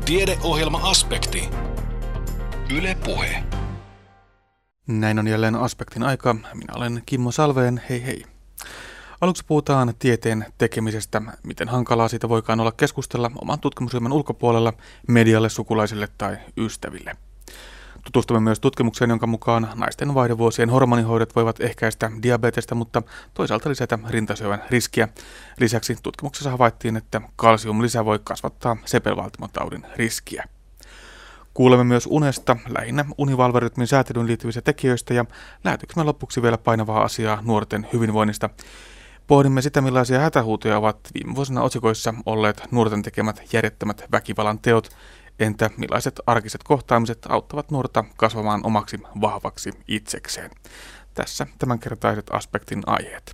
Tiedeohjelma-aspekti. Yle Puhe. Näin on jälleen Aspektin aika. Minä olen Kimmo Salveen. Hei hei. Aluksi puhutaan tieteen tekemisestä. Miten hankalaa siitä voikaan olla keskustella oman tutkimusryhmän ulkopuolella medialle, sukulaisille tai ystäville. Tutustumme myös tutkimukseen, jonka mukaan naisten vaihdevuosien hormonihoidot voivat ehkäistä diabetesta, mutta toisaalta lisätä rintasyövän riskiä. Lisäksi tutkimuksessa havaittiin, että kalsiumlisä voi kasvattaa sepelvaltimotaudin riskiä. Kuulemme myös unesta, lähinnä univalverytmin säätelyyn liittyvistä tekijöistä ja lähetyksemme lopuksi vielä painavaa asiaa nuorten hyvinvoinnista. Pohdimme sitä, millaisia hätähuutoja ovat viime vuosina otsikoissa olleet nuorten tekemät järjettömät väkivallan teot. Entä millaiset arkiset kohtaamiset auttavat nuorta kasvamaan omaksi vahvaksi itsekseen? Tässä tämänkertaiset Aspektin aiheet.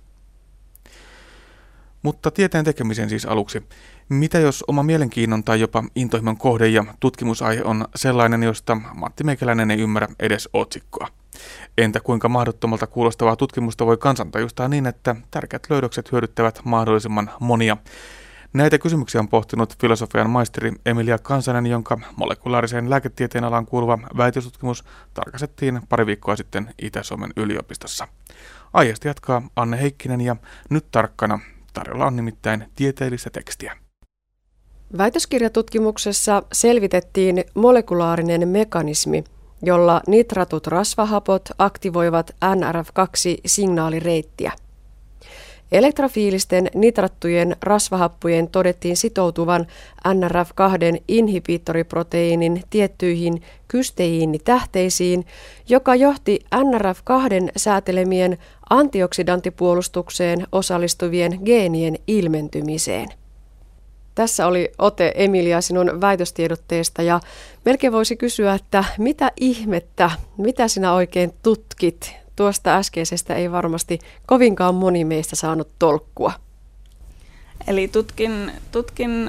Mutta tieteen tekemisen siis aluksi. Mitä jos oma mielenkiinnon tai jopa intohimon kohde ja tutkimusaihe on sellainen, josta Matti Meikäläinen ei ymmärrä edes otsikkoa? Entä kuinka mahdottomalta kuulostavaa tutkimusta voi kansantajustaa niin, että tärkeät löydökset hyödyttävät mahdollisimman monia? Näitä kysymyksiä on pohtinut filosofian maisteri Emilia Kansanen, jonka molekulaariseen lääketieteen alaan kuuluva väitöstutkimus tarkastettiin pari viikkoa sitten Itä-Suomen yliopistossa. Aiheesta jatkaa Anne Heikkinen ja nyt tarkkana. Tarjolla on nimittäin tieteellistä tekstiä. Väitöskirjatutkimuksessa selvitettiin molekulaarinen mekanismi, jolla nitratut rasvahapot aktivoivat NRF2-signaalireittiä. Elektrofiilisten nitrattujen rasvahappujen todettiin sitoutuvan NRF2-inhibitoriproteiinin tiettyihin kysteiinitähteisiin, joka johti NRF2 säätelemien antioksidanttipuolustukseen osallistuvien geenien ilmentymiseen. Tässä oli ote Emilia sinun väitöstiedotteesta ja melkein voisi kysyä, että mitä ihmettä, mitä sinä oikein tutkit? Tuosta äskeisestä ei varmasti kovinkaan moni meistä saanut tolkkua. Eli tutkin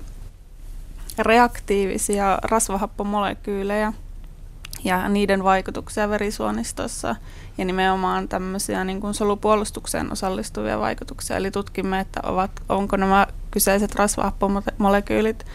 reaktiivisia rasvahappomolekyylejä ja niiden vaikutuksia verisuonistossa ja nimenomaan tämmöisiä niin kuin solupuolustukseen osallistuvia vaikutuksia. Eli tutkimme, että onko nämä kyseiset rasvahappomolekyylit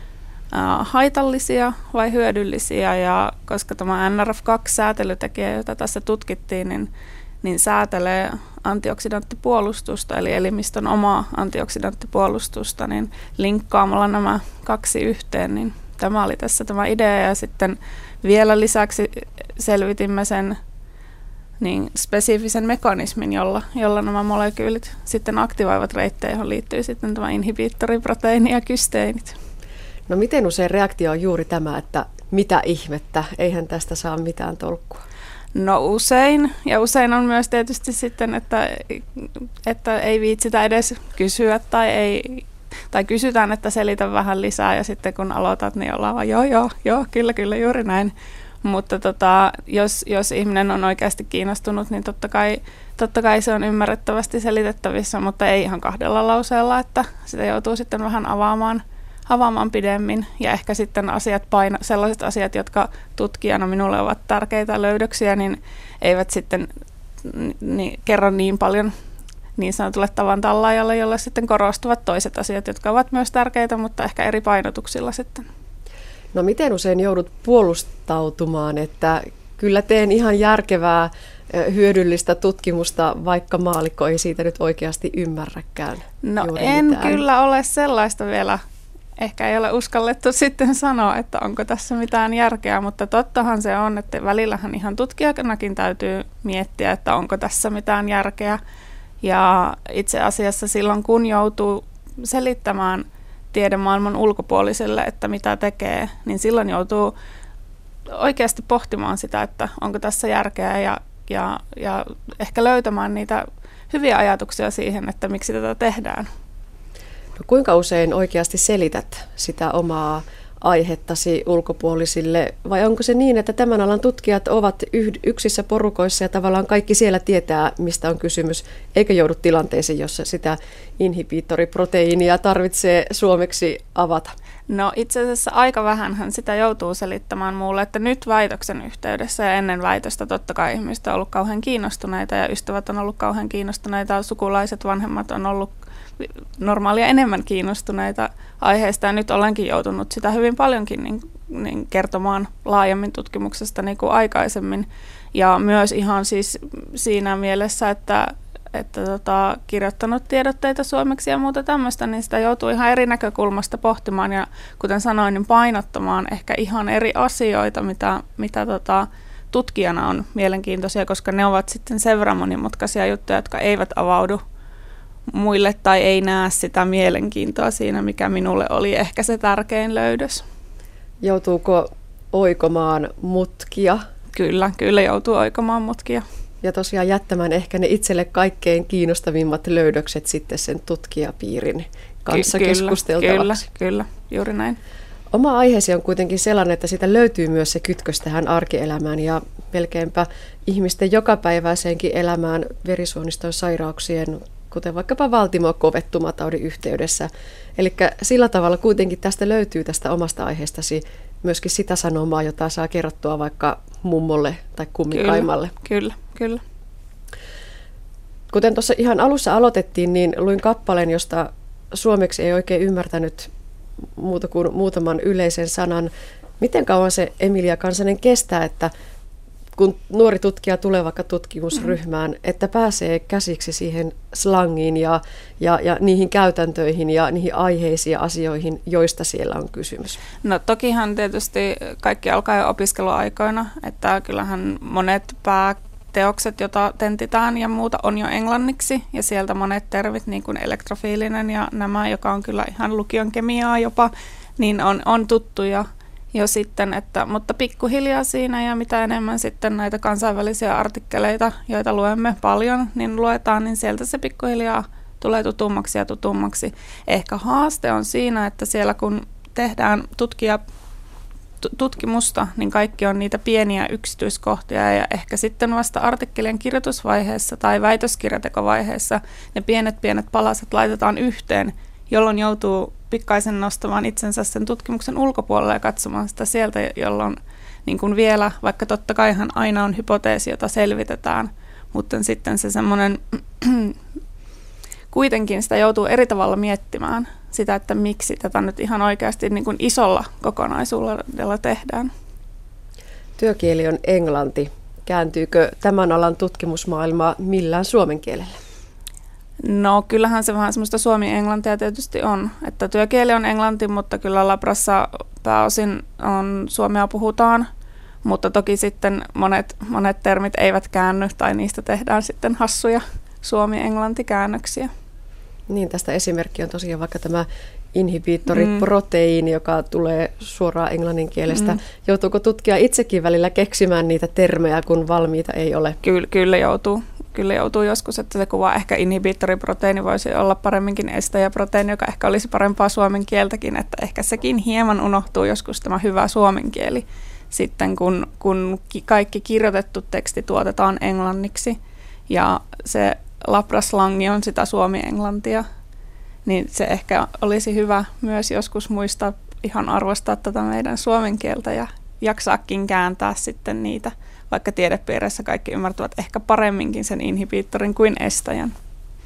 haitallisia vai hyödyllisiä, ja koska tämä NRF2-säätelytekijä, jota tässä tutkittiin, niin säätelee antioksidanttipuolustusta, eli elimistön omaa antioksidanttipuolustusta, niin linkkaamalla nämä kaksi yhteen, niin tämä oli tässä tämä idea, ja sitten vielä lisäksi selvitimme sen niin spesifisen mekanismin, jolla nämä molekyylit sitten aktivoivat reittejä, johon liittyy sitten tämä inhibitoriproteiini ja kysteinit. No miten usein reaktio on juuri tämä, että mitä ihmettä, eihän tästä saa mitään tolkkua? No usein, ja usein on myös tietysti sitten, että ei viitsitä edes kysyä tai kysytään, että selitä vähän lisää, ja sitten kun aloitat, niin ollaan vaan joo, kyllä, juuri näin. Mutta jos ihminen on oikeasti kiinnostunut, niin totta kai se on ymmärrettävästi selitettävissä, mutta ei ihan kahdella lauseella, että sitä joutuu sitten vähän avaamaan pidemmin, ja ehkä sitten sellaiset asiat, jotka tutkijana minulle ovat tärkeitä löydöksiä, niin eivät sitten kerro niin paljon niin sanotulle tavan tallaajalle, jolle sitten korostuvat toiset asiat, jotka ovat myös tärkeitä, mutta ehkä eri painotuksilla sitten. No miten usein joudut puolustautumaan, että kyllä teen ihan järkevää, hyödyllistä tutkimusta, vaikka maallikko ei siitä nyt oikeasti ymmärräkään? No en mitään. Kyllä ole sellaista vielä. Ehkä ei ole uskallettu sitten sanoa, että onko tässä mitään järkeä, mutta tottahan se on, että välillähän ihan tutkijanakin täytyy miettiä, että onko tässä mitään järkeä. Ja itse asiassa silloin, kun joutuu selittämään tiedemaailman ulkopuoliselle, että mitä tekee, niin silloin joutuu oikeasti pohtimaan sitä, että onko tässä järkeä ja ehkä löytämään niitä hyviä ajatuksia siihen, että miksi tätä tehdään. No, kuinka usein oikeasti selität sitä omaa aihettasi ulkopuolisille, vai onko se niin, että tämän alan tutkijat ovat yksissä porukoissa ja tavallaan kaikki siellä tietää, mistä on kysymys, eikä joudu tilanteisiin, jossa sitä inhibitoriproteiinia tarvitsee suomeksi avata? No itse asiassa aika vähänhän sitä joutuu selittämään muulle, että nyt väitöksen yhteydessä ja ennen väitöstä totta kai ihmiset on ollut kauhean kiinnostuneita ja ystävät on ollut kauhean kiinnostuneita, sukulaiset, vanhemmat on ollut normaalia enemmän kiinnostuneita aiheesta, ja nyt olenkin joutunut sitä hyvin paljonkin niin kertomaan laajemmin tutkimuksesta niin kuin aikaisemmin, ja myös ihan siis siinä mielessä, että kirjoittanut tiedotteita suomeksi ja muuta tämmöistä, niin sitä joutuu ihan eri näkökulmasta pohtimaan, ja kuten sanoin, niin painottamaan ehkä ihan eri asioita, mitä tutkijana on mielenkiintoisia, koska ne ovat sitten sen verran monimutkaisia juttuja, jotka eivät avaudu muille tai ei näe sitä mielenkiintoa siinä, mikä minulle oli ehkä se tärkein löydös. Joutuuko oikomaan mutkia? Kyllä joutuu oikomaan mutkia. Ja tosiaan jättämään ehkä ne itselle kaikkein kiinnostavimmat löydökset sitten sen tutkijapiirin kanssa keskusteltavaksi. Kyllä, juuri näin. Oma aiheesi on kuitenkin sellainen, että siitä löytyy myös se kytkös tähän arkielämään ja melkeinpä ihmisten jokapäiväiseenkin elämään verisuoniston sairauksien, kuten vaikkapa valtimokovettumataudin yhteydessä. Eli sillä tavalla kuitenkin tästä löytyy tästä omasta aiheestasi myöskin sitä sanomaa, jota saa kerrottua vaikka mummolle tai kummikaimalle. Kyllä. Kuten tuossa ihan alussa aloitettiin, niin luin kappaleen, josta suomeksi ei oikein ymmärtänyt muuta kuin muutaman yleisen sanan. Miten kauan se Emilia Kansanen kestää, että kun nuori tutkija tulee vaikka tutkimusryhmään, että pääsee käsiksi siihen slangiin ja niihin käytäntöihin ja niihin aiheisiin ja asioihin, joista siellä on kysymys? No tokihan tietysti kaikki alkaa jo opiskeluaikoina, että kyllähän monet pääteokset, joita tentitään ja muuta, on jo englanniksi, ja sieltä monet termit, niin kuin elektrofiilinen ja nämä, joka on kyllä ihan lukion kemiaa jopa, niin on tuttuja jo sitten, mutta pikkuhiljaa siinä, ja mitä enemmän sitten näitä kansainvälisiä artikkeleita, joita luemme paljon, niin luetaan, niin sieltä se pikkuhiljaa tulee tutummaksi ja tutummaksi. Ehkä haaste on siinä, että siellä kun tehdään tutkimusta, niin kaikki on niitä pieniä yksityiskohtia, ja ehkä sitten vasta artikkelien kirjoitusvaiheessa tai väitöskirjatekovaiheessa ne pienet palaset laitetaan yhteen, jolloin joutuu pikkaisen nostamaan itsensä sen tutkimuksen ulkopuolelle ja katsomaan sitä sieltä, jolloin niin kuin vielä, vaikka totta kaihan aina on hypoteesi, jota selvitetään, mutta sitten se semmoinen, kuitenkin sitä joutuu eri tavalla miettimään sitä, että miksi tätä nyt ihan oikeasti niin kuin isolla kokonaisuudella tehdään. Työkieli on englanti. Kääntyykö tämän alan tutkimusmaailmaa millään suomen kielellä? No kyllähän se vähän semmoista suomi-englantia tietysti on, että työkieli on englanti, mutta kyllä Labrassa pääosin suomea puhutaan, mutta toki sitten monet termit eivät käänny tai niistä tehdään sitten hassuja suomi-englanti-käännöksiä. Niin, tästä esimerkki on tosiaan vaikka tämä inhibiittoriproteiini, joka tulee suoraan englannin kielestä. Joutuuko tutkija itsekin välillä keksimään niitä termejä, kun valmiita ei ole? Kyllä joutuu. Kyllä joutuu joskus, että se kuvaa ehkä inhibiittoriproteiini voisi olla paremminkin estäjäproteiini, joka ehkä olisi parempaa suomen kieltäkin, että ehkä sekin hieman unohtuu joskus tämä hyvä suomen kieli sitten, kun kaikki kirjoitettu teksti tuotetaan englanniksi ja se labraslangi on sitä suomi-englantia, niin se ehkä olisi hyvä myös joskus muistaa ihan arvostaa tätä meidän suomen kieltä ja jaksaakin kääntää sitten niitä, vaikka tiedepiireissä kaikki ymmärtävät ehkä paremminkin sen inhibiittorin kuin estäjän.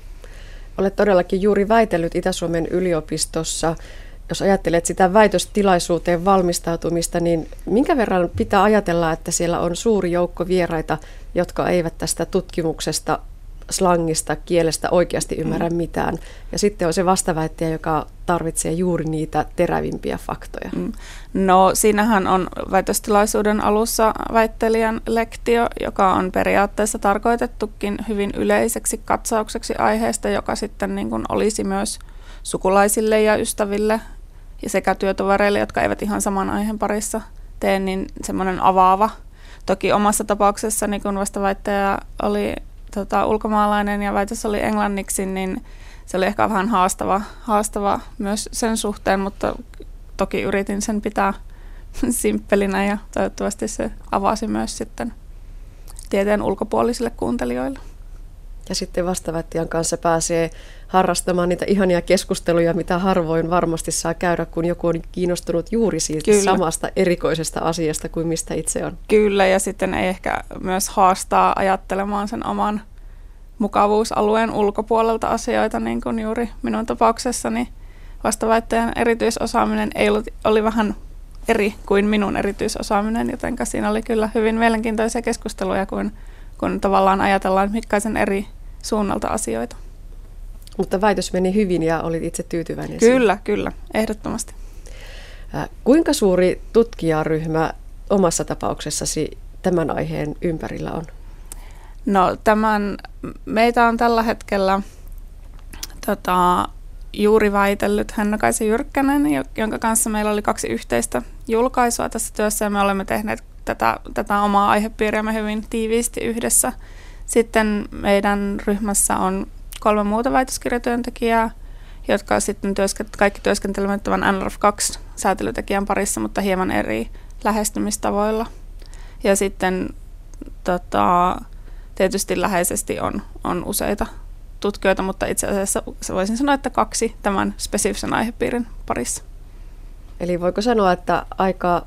Olet todellakin juuri väitellyt Itä-Suomen yliopistossa. Jos ajattelet sitä väitöstilaisuuteen valmistautumista, niin minkä verran pitää ajatella, että siellä on suuri joukko vieraita, jotka eivät tästä tutkimuksesta, slangista, kielestä oikeasti ymmärrä mitään. Ja sitten on se vastaväittäjä, joka tarvitsee juuri niitä terävimpiä faktoja. No siinähän on väitöstilaisuuden alussa väittelijän lektio, joka on periaatteessa tarkoitettukin hyvin yleiseksi katsaukseksi aiheesta, joka sitten niin kuin olisi myös sukulaisille ja ystäville ja sekä työtovereille, jotka eivät ihan saman aiheen parissa tee, niin semmoinen avaava. Toki omassa tapauksessani, kun vastaväittäjä oli ulkomaalainen ja väitös oli englanniksi, niin se oli ehkä vähän haastava myös sen suhteen, mutta toki yritin sen pitää simppelinä ja toivottavasti se avasi myös sitten tieteen ulkopuolisille kuuntelijoille. Ja sitten vastaväittäjän kanssa pääsee harrastamaan niitä ihania keskusteluja, mitä harvoin varmasti saa käydä, kun joku on kiinnostunut juuri siitä samasta erikoisesta asiasta kuin mistä itse on. Kyllä, ja sitten ei ehkä myös haastaa ajattelemaan sen mukavuusalueen ulkopuolelta asioita, niin kuin juuri minun tapauksessani vastaväittäjän erityisosaaminen oli vähän eri kuin minun erityisosaaminen, joten siinä oli kyllä hyvin mielenkiintoisia keskusteluja, kun tavallaan ajatellaan mikkaisen eri suunnalta asioita. Mutta väitös meni hyvin ja olit itse tyytyväinen? Kyllä, ehdottomasti. Kuinka suuri tutkijaryhmä omassa tapauksessasi tämän aiheen ympärillä on? No meitä on tällä hetkellä juuri väitellyt Henna-Kaisa Jyrkkänen, jonka kanssa meillä oli 2 yhteistä julkaisua tässä työssä ja me olemme tehneet tätä omaa aihepiiriämme hyvin tiiviisti yhdessä. Sitten meidän ryhmässä on 3 muuta väitöskirjatyöntekijää, jotka sitten kaikki työskentelevät tämän NRF2-säätelytekijän parissa, mutta hieman eri lähestymistavoilla. Ja sitten tietysti läheisesti on useita tutkijoita, mutta itse asiassa voisin sanoa, että 2 tämän spesifisen aihepiirin parissa. Eli voiko sanoa, että aika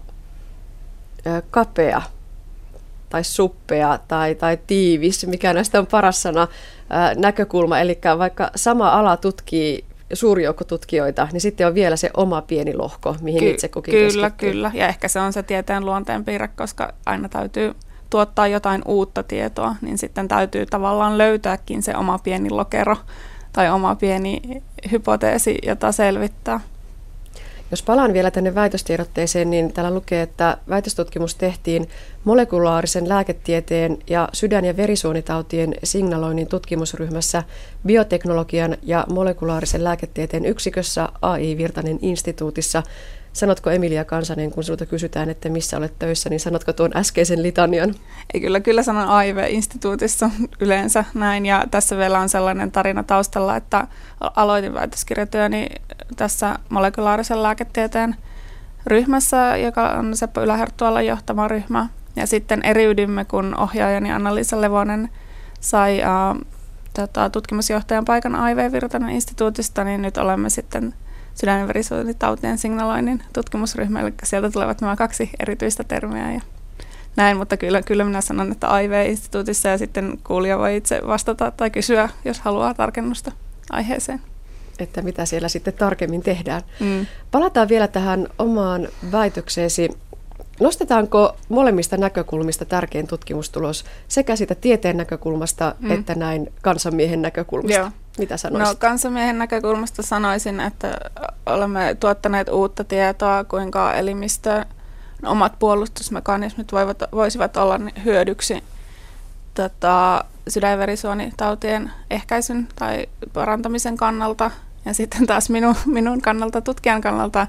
kapea tai suppea tai tiivis, mikä näistä on paras sana, näkökulma. Eli vaikka sama ala tutkii suuri joukko tutkijoita, niin sitten on vielä se oma pieni lohko, mihin itse kukin keskittyy. Kyllä. Ja ehkä se on se tieteen luonteenpiirre, koska aina täytyy tuottaa jotain uutta tietoa, niin sitten täytyy tavallaan löytääkin se oma pieni lokero tai oma pieni hypoteesi, jota selvittää. Jos palaan vielä tänne väitöstiedotteeseen, niin täällä lukee, että väitöstutkimus tehtiin molekulaarisen lääketieteen ja sydän- ja verisuonitautien signaloinnin tutkimusryhmässä bioteknologian ja molekulaarisen lääketieteen yksikössä AI Virtanen instituutissa. Sanotko Emilia Kansanen, kun sinulta kysytään, että missä olet töissä, niin sanotko tuon äskeisen litanian? Ei, kyllä sanon AIV-instituutissa yleensä näin, ja tässä vielä on sellainen tarina taustalla, että aloitin väitöskirjatyöni tässä molekulaarisen lääketieteen ryhmässä, joka on Seppo Yläherttualan johtama ryhmä, ja sitten eriydymme, kun ohjaajani Anna-Liisa Levonen sai tutkimusjohtajan paikan AIV Virtanen instituutista, niin nyt olemme sitten sydän- ja verisuonitautien signaloinnin tutkimusryhmä, eli sieltä tulevat nämä 2 erityistä termiä ja näin, mutta kyllä minä sanon, että AIV-instituutissa ja sitten kuulija voi itse vastata tai kysyä, jos haluaa tarkennusta aiheeseen. Että mitä siellä sitten tarkemmin tehdään. Palataan vielä tähän omaan väitökseesi. Nostetaanko molemmista näkökulmista tärkein tutkimustulos, sekä siitä tieteen näkökulmasta että näin kansanmiehen näkökulmasta? Joo. Mitä sanoisit? No, kansanmiehen näkökulmasta sanoisin, että olemme tuottaneet uutta tietoa, kuinka elimistön omat puolustusmekanismit voisivat olla hyödyksi sydän- ja verisuonitautien ehkäisyn tai parantamisen kannalta. Ja sitten taas minun kannalta, tutkijan kannalta,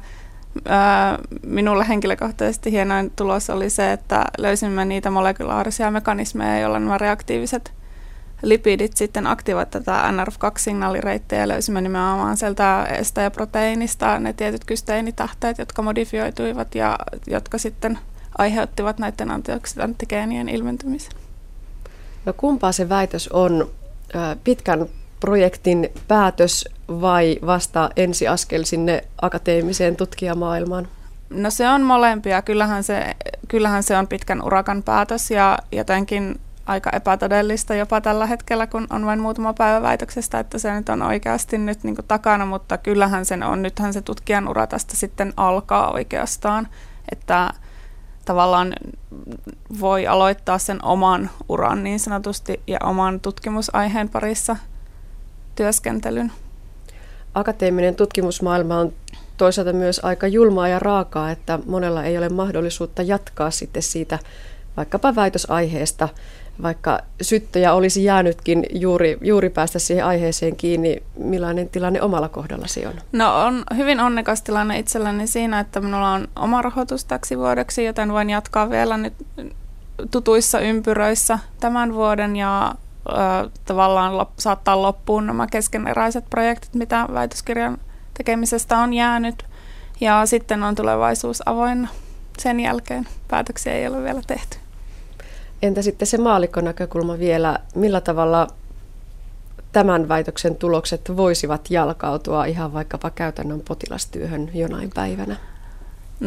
minulle henkilökohtaisesti hienoin tulos oli se, että löysimme niitä molekulaarisia mekanismeja, joilla nämä reaktiiviset lipidit sitten aktivoivat tätä NRF2-signaalireittejä ja löysimme nimenomaan sieltä estäjäproteiinista ne tietyt kysteiinitähteet, jotka modifioituivat ja jotka sitten aiheuttivat näiden antioksidanttigeenien ilmentymisen. No kumpaa se väitös on? Pitkän projektin päätös vai vasta ensiaskel sinne akateemiseen tutkijamaailmaan? No se on molempia. Kyllähän se on pitkän urakan päätös ja jotenkin aika epätodellista jopa tällä hetkellä, kun on vain muutama päivä väitöksestä, että se nyt on oikeasti nyt niin kuin takana, mutta kyllähän sen on. Nythän se tutkijan ura tästä sitten alkaa oikeastaan, että tavallaan voi aloittaa sen oman uran niin sanotusti ja oman tutkimusaiheen parissa työskentelyn. Akateeminen tutkimusmaailma on toisaalta myös aika julmaa ja raakaa, että monella ei ole mahdollisuutta jatkaa sitten siitä vaikkapa väitösaiheesta, vaikka syttöjä olisi jäänytkin juuri päästä siihen aiheeseen kiinni. Millainen tilanne omalla kohdallasi on? No on hyvin onnekas tilanne itselläni siinä, että minulla on oma rahoitus täksi vuodeksi, joten voin jatkaa vielä nyt tutuissa ympyröissä tämän vuoden ja tavallaan saattaa loppuun nämä keskeneräiset projektit, mitä väitöskirjan tekemisestä on jäänyt. Ja sitten on tulevaisuus avoinna. Sen jälkeen päätöksiä ei ole vielä tehty. Entä sitten se maallikkonäkökulma vielä? Millä tavalla tämän väitöksen tulokset voisivat jalkautua ihan vaikkapa käytännön potilastyöhön jonain päivänä?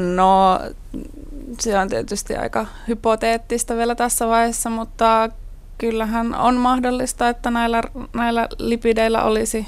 No se on tietysti aika hypoteettista vielä tässä vaiheessa, mutta kyllähän on mahdollista, että näillä lipideillä olisi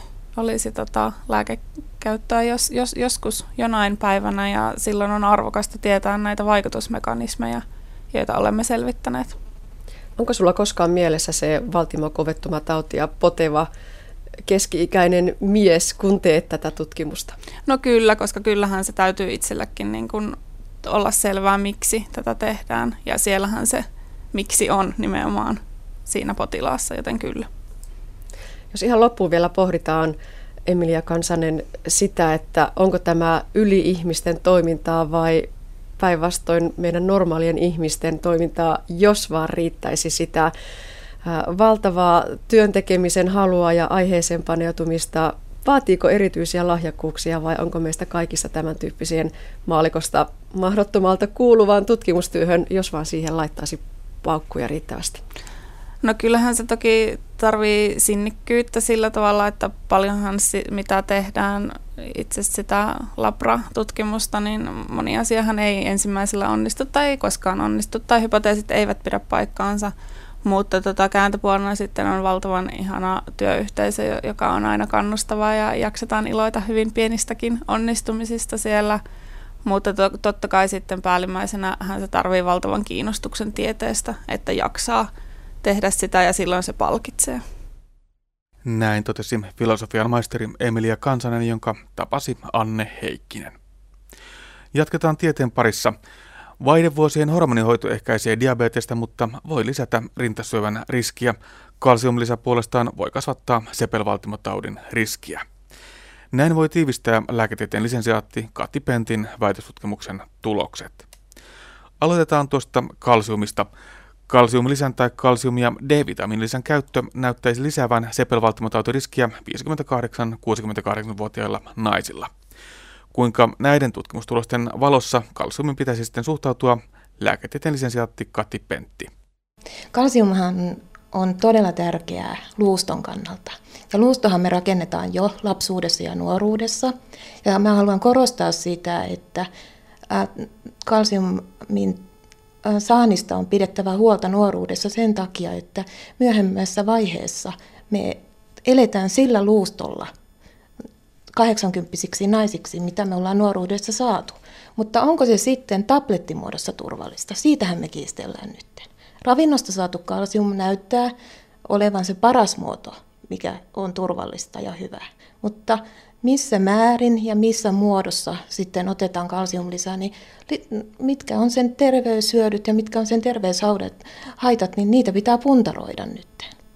lääkekäyttöä joskus jonain päivänä, ja silloin on arvokasta tietää näitä vaikutusmekanismeja, joita olemme selvittäneet. Onko sulla koskaan mielessä se valtimokovettumatautia ja poteva keski-ikäinen mies, kun teet tätä tutkimusta? No kyllä, koska kyllähän se täytyy itselläkin niin kuin olla selvää, miksi tätä tehdään, ja siellähän se miksi on nimenomaan siinä potilaassa, joten kyllä. Jos ihan loppuun vielä pohditaan, Emilia Kansanen, sitä, että onko tämä yli-ihmisten toimintaa vai päinvastoin meidän normaalien ihmisten toimintaa, jos vaan riittäisi sitä valtavaa työntekemisen halua ja aiheeseen paneutumista. Vaatiiko erityisiä lahjakkuuksia vai onko meistä kaikissa tämän tyyppiseen maalikosta mahdottomalta kuuluvaan tutkimustyöhön, jos vaan siihen laittaisi paukkuja riittävästi? No kyllähän se toki tarvii sinnikkyyttä sillä tavalla, että paljonhan mitä tehdään itse sitä labra-tutkimusta, niin moni asiahan ei ensimmäisellä onnistu tai ei koskaan onnistu tai hypoteesit eivät pidä paikkaansa, mutta kääntöpuolena sitten on valtavan ihana työyhteisö, joka on aina kannustavaa ja jaksetaan iloita hyvin pienistäkin onnistumisista siellä, mutta totta kai sitten päällimmäisenä se tarvii valtavan kiinnostuksen tieteestä, että jaksaa tehdä sitä ja silloin se palkitsee. Näin totesi filosofian maisteri Emilia Kansanen, jonka tapasi Anne Heikkinen. Jatketaan tieteen parissa. Vaihdevuosien hormonihoito ehkäisee diabetesta, mutta voi lisätä rintasyövän riskiä. Kalsiumlisä puolestaan voi kasvattaa sepelvaltimotaudin riskiä. Näin voi tiivistää lääketieteen lisensiaatti Kati Pentin väitöstutkimuksen tulokset. Aloitetaan tuosta kalsiumista. Kalsiumlisän tai kalsium- ja D-vitamiinilisän käyttö näyttäisi lisäävän sepelvaltimotautiriskiä 58-68-vuotiailla naisilla. Kuinka näiden tutkimustulosten valossa kalsiumin pitäisi sitten suhtautua, lääketieteen lisensiaatti Kati Pentti. Kalsiumhan on todella tärkeää luuston kannalta. Ja luustohan me rakennetaan jo lapsuudessa ja nuoruudessa. Ja mä haluan korostaa sitä, että kalsiumin saannista on pidettävä huolta nuoruudessa sen takia, että myöhemmässä vaiheessa me eletään sillä luustolla 80-vuotiaiksi naisiksi, mitä me ollaan nuoruudessa saatu. Mutta onko se sitten tablettimuodossa turvallista? Siitähän me kiistellään nyt. Ravinnosta saatu kalsium näyttää olevan se paras muoto, mikä on turvallista ja hyvä. Mutta missä määrin ja missä muodossa sitten otetaan kalsiumlisää, niin mitkä on sen terveyshyödyt ja mitkä on sen terveyshaitat, niin niitä pitää puntaroida nyt.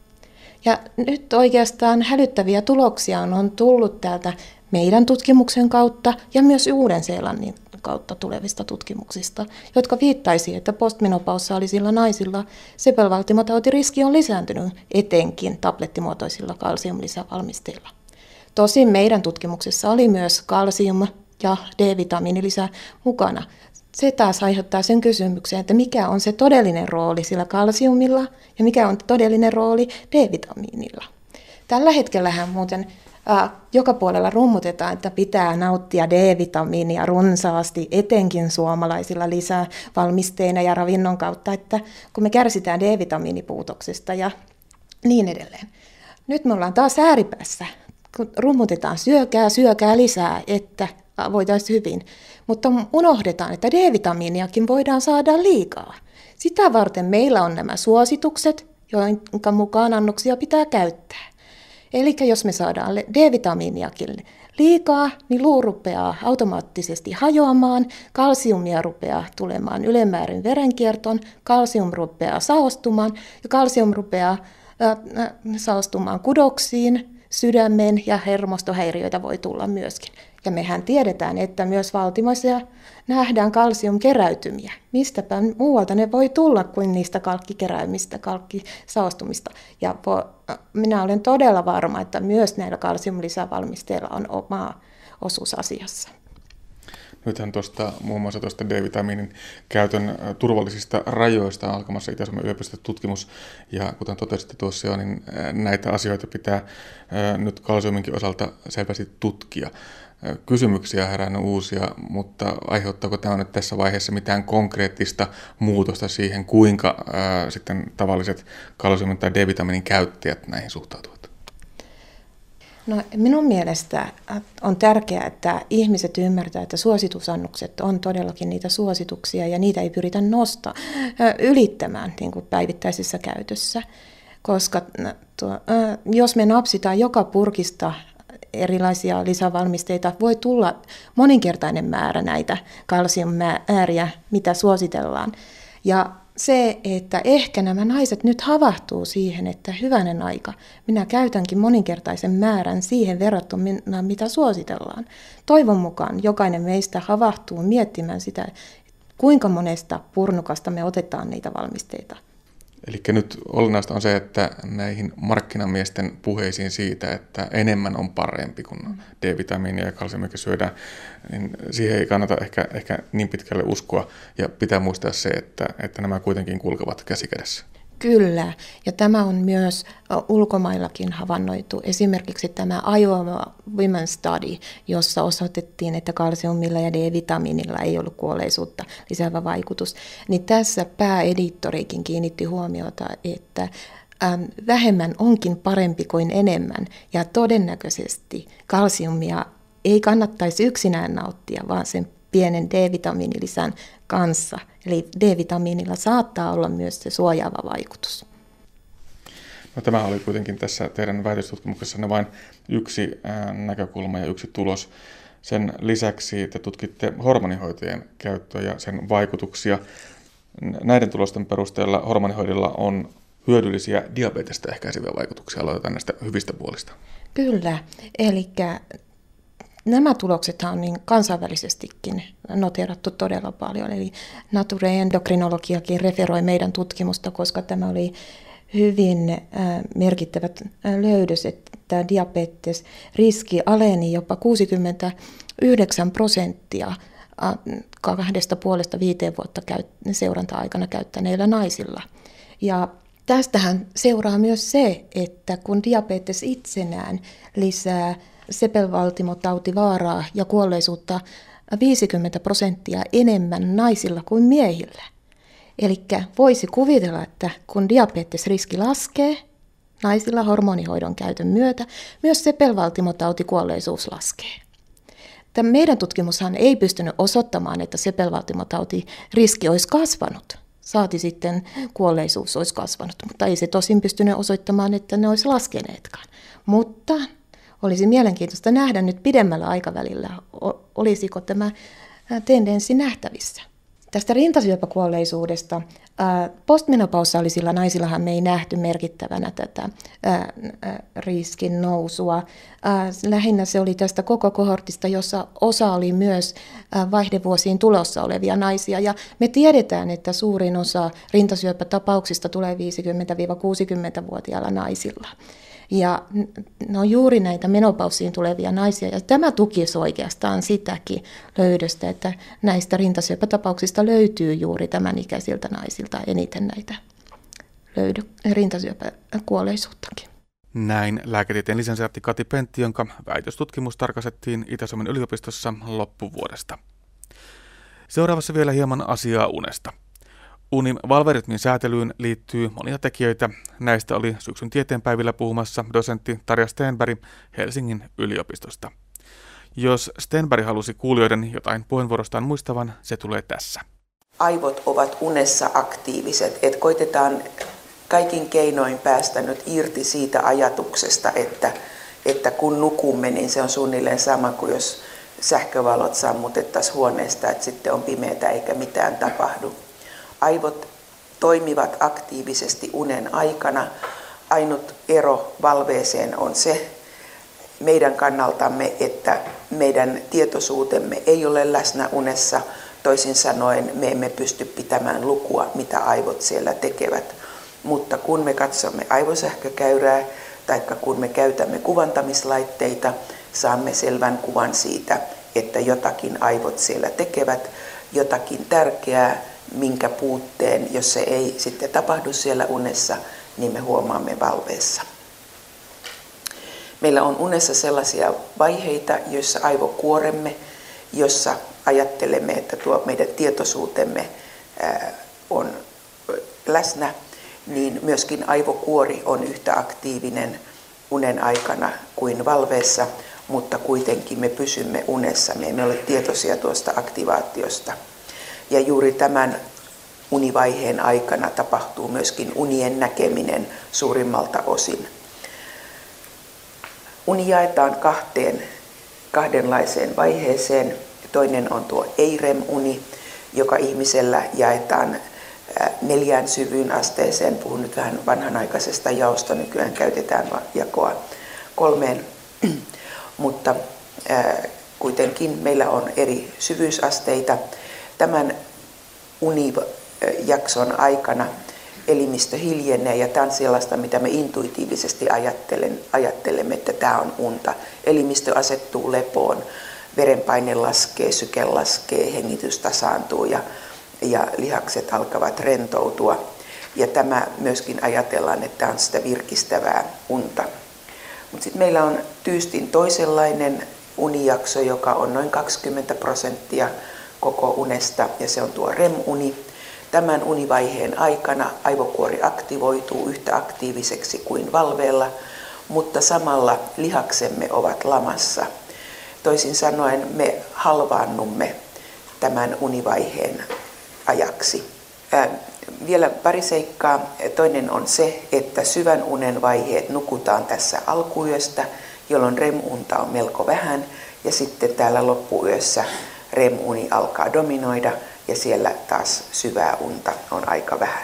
Ja nyt oikeastaan hälyttäviä tuloksia on tullut täältä meidän tutkimuksen kautta ja myös Uuden-Seelannin kautta tulevista tutkimuksista, jotka viittaisi, että postmenopausaalisilla naisilla sepelvaltimotautiriski on lisääntynyt etenkin tablettimuotoisilla kalsiumlisävalmisteilla. Tosin meidän tutkimuksessa oli myös kalsium- ja D-vitamiinilisä mukana. Se taas aiheuttaa sen kysymyksen, että mikä on se todellinen rooli sillä kalsiumilla ja mikä on todellinen rooli D-vitamiinilla. Tällä hetkellähän muuten joka puolella rummutetaan, että pitää nauttia D-vitamiinia runsaasti, etenkin suomalaisilla lisävalmisteina ja ravinnon kautta, että kun me kärsitään D-vitamiinipuutoksesta ja niin edelleen. Nyt me ollaan taas ääripäässä, kun rummutetaan syökää lisää, että voitaisiin hyvin. Mutta unohdetaan, että D-vitamiiniakin voidaan saada liikaa. Sitä varten meillä on nämä suositukset, joiden mukaan annoksia pitää käyttää. Eli jos me saadaan D-vitamiiniakin liikaa, niin luu rupeaa automaattisesti hajoamaan, kalsiumia rupeaa tulemaan ylemmäärin verenkiertoon, kalsium rupeaa saostumaan ja kalsium rupeaa saostumaan kudoksiin, sydämeen ja hermostohäiriöitä voi tulla myöskin. Ja mehän tiedetään, että myös valtimoissa nähdään kalsiumkeräytymiä. Mistäpä muualta ne voi tulla kuin niistä kalkkikeräymistä, kalkkisaostumista. Ja minä olen todella varma, että myös näillä kalsiumlisävalmisteilla on oma osuus asiassa. Nythän muun muassa tuosta D-vitamiinin käytön turvallisista rajoista on alkamassa Itä-Suomen yliopistotutkimus. Ja kuten totesitte tuossa jo, niin näitä asioita pitää nyt kalsiuminkin osalta selvästi tutkia. kysymyksiä herännyt uusia, mutta aiheuttaako tämä nyt tässä vaiheessa mitään konkreettista muutosta siihen, kuinka sitten tavalliset kalsiumin tai D-vitamiinin käyttäjät näihin suhtautuvat? No, minun mielestä on tärkeää, että ihmiset ymmärtävät, että suositusannokset on todellakin niitä suosituksia ja niitä ei pyritä ylittämään niin kuin päivittäisessä käytössä. Koska jos me napsitaan joka purkista erilaisia lisävalmisteita, voi tulla moninkertainen määrä näitä kalsiummääriä, mitä suositellaan. Ja se, että ehkä nämä naiset nyt havahtuu siihen, että hyvänen aika, minä käytänkin moninkertaisen määrän siihen verrattuna, mitä suositellaan. Toivon mukaan jokainen meistä havahtuu miettimään sitä, kuinka monesta purnukasta me otetaan niitä valmisteita. Eli nyt olennaista on se, että näihin markkinamiesten puheisiin siitä, että enemmän on parempi, kun D-vitamiinia ja kalsiumia syödään, niin siihen ei kannata ehkä niin pitkälle uskoa. Ja pitää muistaa se, että nämä kuitenkin kulkevat käsi kädessä. Kyllä, ja tämä on myös ulkomaillakin havainnoitu. Esimerkiksi tämä Iowa Women's Study, jossa osoitettiin, että kalsiumilla ja D-vitamiinilla ei ollut kuolleisuutta lisäävä vaikutus. Niin tässä pääeditorikin kiinnitti huomiota, että vähemmän onkin parempi kuin enemmän, ja todennäköisesti kalsiumia ei kannattaisi yksinään nauttia, vaan sen pienen D-vitamiinilisän kanssa. Eli D-vitamiinilla saattaa olla myös se suojaava vaikutus. No, tämä oli kuitenkin tässä teidän väitöstutkimuksessanne vain yksi näkökulma ja yksi tulos. Sen lisäksi te tutkitte hormonihoitojen käyttöä ja sen vaikutuksia. Näiden tulosten perusteella hormonihoidolla on hyödyllisiä diabetesta ehkäiseviä vaikutuksia. Aloitetaan näistä hyvistä puolista. Kyllä, eli nämä tuloksethan on niin kansainvälisestikin noteerattu todella paljon, eli Nature Endokrinologiakin referoi meidän tutkimusta, koska tämä oli hyvin merkittävät löydös, että diabetesriski aleni jopa 69% 2,5–5 vuotta seuranta-aikana käyttäneillä naisilla. Ja tästähän seuraa myös se, että kun diabetes itsenään lisää sepelvaltimotautivaaraa ja kuolleisuutta 50% enemmän naisilla kuin miehillä. Eli voisi kuvitella, että kun diabetesriski laskee naisilla hormonihoidon käytön myötä, myös sepelvaltimotautikuolleisuus laskee. Tämä meidän tutkimushan ei pystynyt osoittamaan, että sepelvaltimotautiriski olisi kasvanut. Saati sitten kuolleisuus olisi kasvanut, mutta ei se tosin pystynyt osoittamaan, että ne olisi laskeneetkaan. Mutta olisi mielenkiintoista nähdä nyt pidemmällä aikavälillä, olisiko tämä tendenssi nähtävissä. Tästä rintasyöpäkuolleisuudesta postmenopausaalisilla naisillahan me ei nähty merkittävänä tätä riskin nousua. Lähinnä se oli tästä koko kohortista, jossa osa oli myös vaihdevuosiin tulossa olevia naisia. Ja me tiedetään, että suurin osa rintasyöpätapauksista tulee 50–60-vuotiailla naisilla. Ja ne on juuri näitä menopausiin tulevia naisia, ja tämä tukisi oikeastaan sitäkin löydöstä, että näistä rintasyöpätapauksista löytyy juuri tämän ikäisiltä naisilta eniten näitä rintasyöpäkuolleisuuttakin. Näin lääketieteen lisensiaatti Kati Pentti, jonka väitöstutkimus tarkastettiin Itä-Suomen yliopistossa loppuvuodesta. Seuraavassa vielä hieman asiaa unesta. Unin valverytmin säätelyyn liittyy monia tekijöitä. Näistä oli syksyn tieteenpäivillä puhumassa dosentti Tarja Stenberg Helsingin yliopistosta. Jos Stenberg halusi kuulijoiden jotain puheenvuorostaan muistavan, se tulee tässä. Aivot ovat unessa aktiiviset, että koitetaan kaikin keinoin päästä nyt irti siitä ajatuksesta, että kun nukumme, niin se on suunnilleen sama kuin jos sähkövalot sammutettaisiin huoneesta, että sitten on pimeätä eikä mitään tapahdu. Aivot toimivat aktiivisesti unen aikana. Ainut ero valveeseen on se meidän kannaltamme, että meidän tietoisuutemme ei ole läsnä unessa. Toisin sanoen me emme pysty pitämään lukua, mitä aivot siellä tekevät. Mutta kun me katsomme aivosähkökäyrää tai kun me käytämme kuvantamislaitteita, saamme selvän kuvan siitä, että jotakin aivot siellä tekevät, jotakin tärkeää, minkä puutteen, jos se ei sitten tapahdu siellä unessa, niin me huomaamme valveessa. Meillä on unessa sellaisia vaiheita, joissa aivokuoremme, jossa ajattelemme, että tuo meidän tietoisuutemme on läsnä, niin myöskin aivokuori on yhtä aktiivinen unen aikana kuin valveessa, mutta kuitenkin me pysymme unessa. Me emme ole tietoisia tuosta aktivaatiosta. Ja juuri tämän univaiheen aikana tapahtuu myöskin unien näkeminen suurimmalta osin. Uni jaetaan kahdenlaiseen vaiheeseen. Toinen on tuo ei-REM-uni, joka ihmisellä jaetaan 4 syvyyn asteeseen. Puhun nyt vähän vanhanaikaisesta jaosta, nykyään käytetään jakoa 3. Mutta kuitenkin meillä on eri syvyysasteita. Tämän unijakson aikana elimistö hiljenee ja tämä on sellaista, mitä me intuitiivisesti ajattelemme, että tämä on unta. Elimistö asettuu lepoon, verenpaine laskee, syke laskee, hengitys tasaantuu ja lihakset alkavat rentoutua. Ja tämä myöskin ajatellaan, että on sitä virkistävää unta. Mutta sitten meillä on tyystin toisenlainen unijakso, joka on noin 20% koko unesta, ja se on tuo REM-uni. Tämän univaiheen aikana aivokuori aktivoituu yhtä aktiiviseksi kuin valveella, mutta samalla lihaksemme ovat lamassa. Toisin sanoen me halvaannumme tämän univaiheen ajaksi. Vielä pari seikkaa. Toinen on se, että syvän unen vaiheet nukutaan tässä alkuyöstä, jolloin REM-unta on melko vähän, ja sitten täällä loppuyössä REM-uni alkaa dominoida, ja siellä taas syvää unta on aika vähän.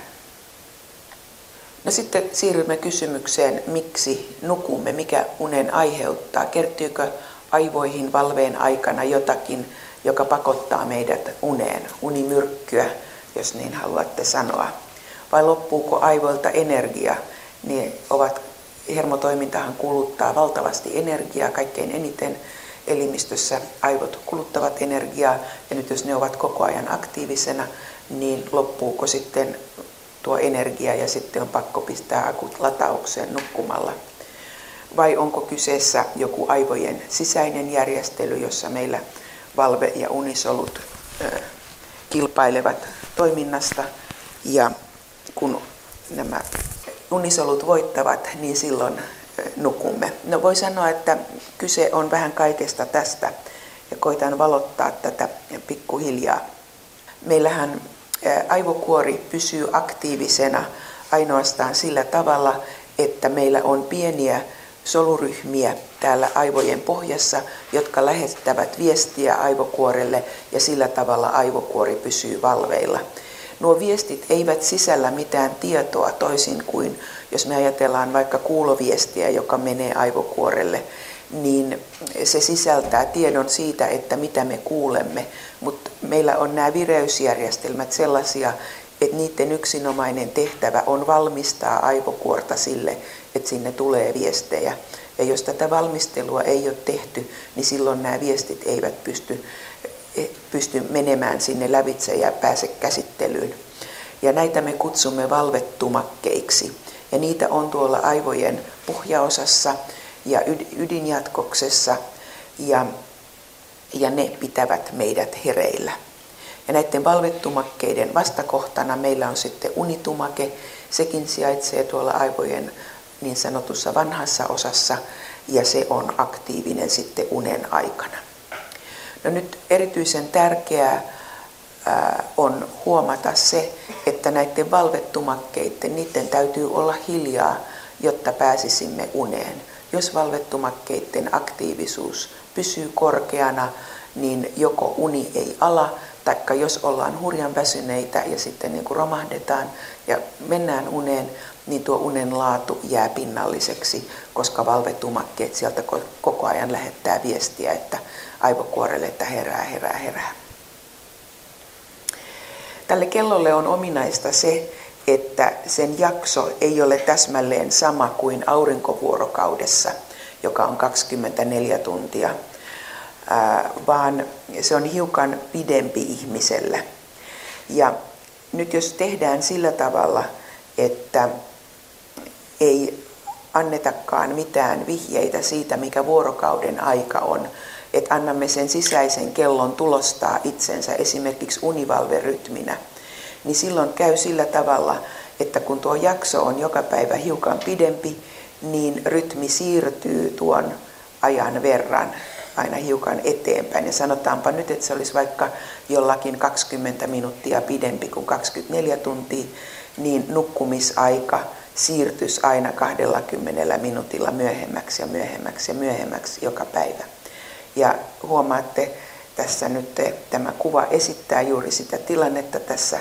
No sitten siirrymme kysymykseen, miksi nukumme, mikä unen aiheuttaa. Kertyykö aivoihin valveen aikana jotakin, joka pakottaa meidät uneen, unimyrkkyä, jos niin haluatte sanoa. Vai loppuuko aivoilta energia? Hermotoimintahan kuluttaa valtavasti energiaa, kaikkein eniten elimistössä aivot kuluttavat energiaa, ja nyt jos ne ovat koko ajan aktiivisena, niin loppuuko sitten tuo energia ja sitten on pakko pistää akut lataukseen nukkumalla. Vai onko kyseessä joku aivojen sisäinen järjestely, jossa meillä valve- ja unisolut kilpailevat toiminnasta, ja kun nämä unisolut voittavat, niin silloin nukumme. No voi sanoa, että kyse on vähän kaikesta tästä, ja koitan valottaa tätä pikkuhiljaa. Meillähän aivokuori pysyy aktiivisena ainoastaan sillä tavalla, että meillä on pieniä soluryhmiä täällä aivojen pohjassa, jotka lähettävät viestiä aivokuorelle, ja sillä tavalla aivokuori pysyy valveilla. Nuo viestit eivät sisällä mitään tietoa, toisin kuin jos me ajatellaan vaikka kuuloviestiä, joka menee aivokuorelle, niin se sisältää tiedon siitä, että mitä me kuulemme, mutta meillä on nämä vireysjärjestelmät sellaisia, että niiden yksinomainen tehtävä on valmistaa aivokuorta sille, että sinne tulee viestejä. Ja jos tätä valmistelua ei ole tehty, niin silloin nämä viestit eivät pysty menemään sinne lävitse ja pääse käsittelyyn. Ja näitä me kutsumme valvetumakkeiksi. Ja niitä on tuolla aivojen pohjaosassa ja ydinjatkoksessa, ja ne pitävät meidät hereillä. Ja näiden valvetumakkeiden vastakohtana meillä on sitten unitumake. Sekin sijaitsee tuolla aivojen niin sanotussa vanhassa osassa, ja se on aktiivinen sitten unen aikana. No nyt erityisen tärkeää on huomata se, että näiden valvetumakkeiden, niiden täytyy olla hiljaa, jotta pääsisimme uneen. Jos valvetumakkeiden aktiivisuus pysyy korkeana, niin joko uni ei ala, taikka jos ollaan hurjan väsyneitä ja sitten niin kuin romahdetaan ja mennään uneen, niin tuo unen laatu jää pinnalliseksi, koska valvetumakkeet sieltä koko ajan lähettää viestiä, että aivokuorelle, että herää, herää, herää. Tälle kellolle on ominaista se, että sen jakso ei ole täsmälleen sama kuin aurinkovuorokaudessa, joka on 24 tuntia, vaan se on hiukan pidempi ihmisellä. Ja nyt jos tehdään sillä tavalla, että ei annetakaan mitään vihjeitä siitä, mikä vuorokauden aika on. Että annamme sen sisäisen kellon tulostaa itsensä esimerkiksi univalverytminä. Niin silloin käy sillä tavalla, että kun tuo jakso on joka päivä hiukan pidempi, niin rytmi siirtyy tuon ajan verran aina hiukan eteenpäin. Ja sanotaanpa nyt, että se olisi vaikka jollakin 20 minuuttia pidempi kuin 24 tuntia, niin nukkumisaika siirtyisi aina 20 minuutilla myöhemmäksi ja myöhemmäksi ja myöhemmäksi joka päivä. Ja huomaatte, tässä nyt tämä kuva esittää juuri sitä tilannetta tässä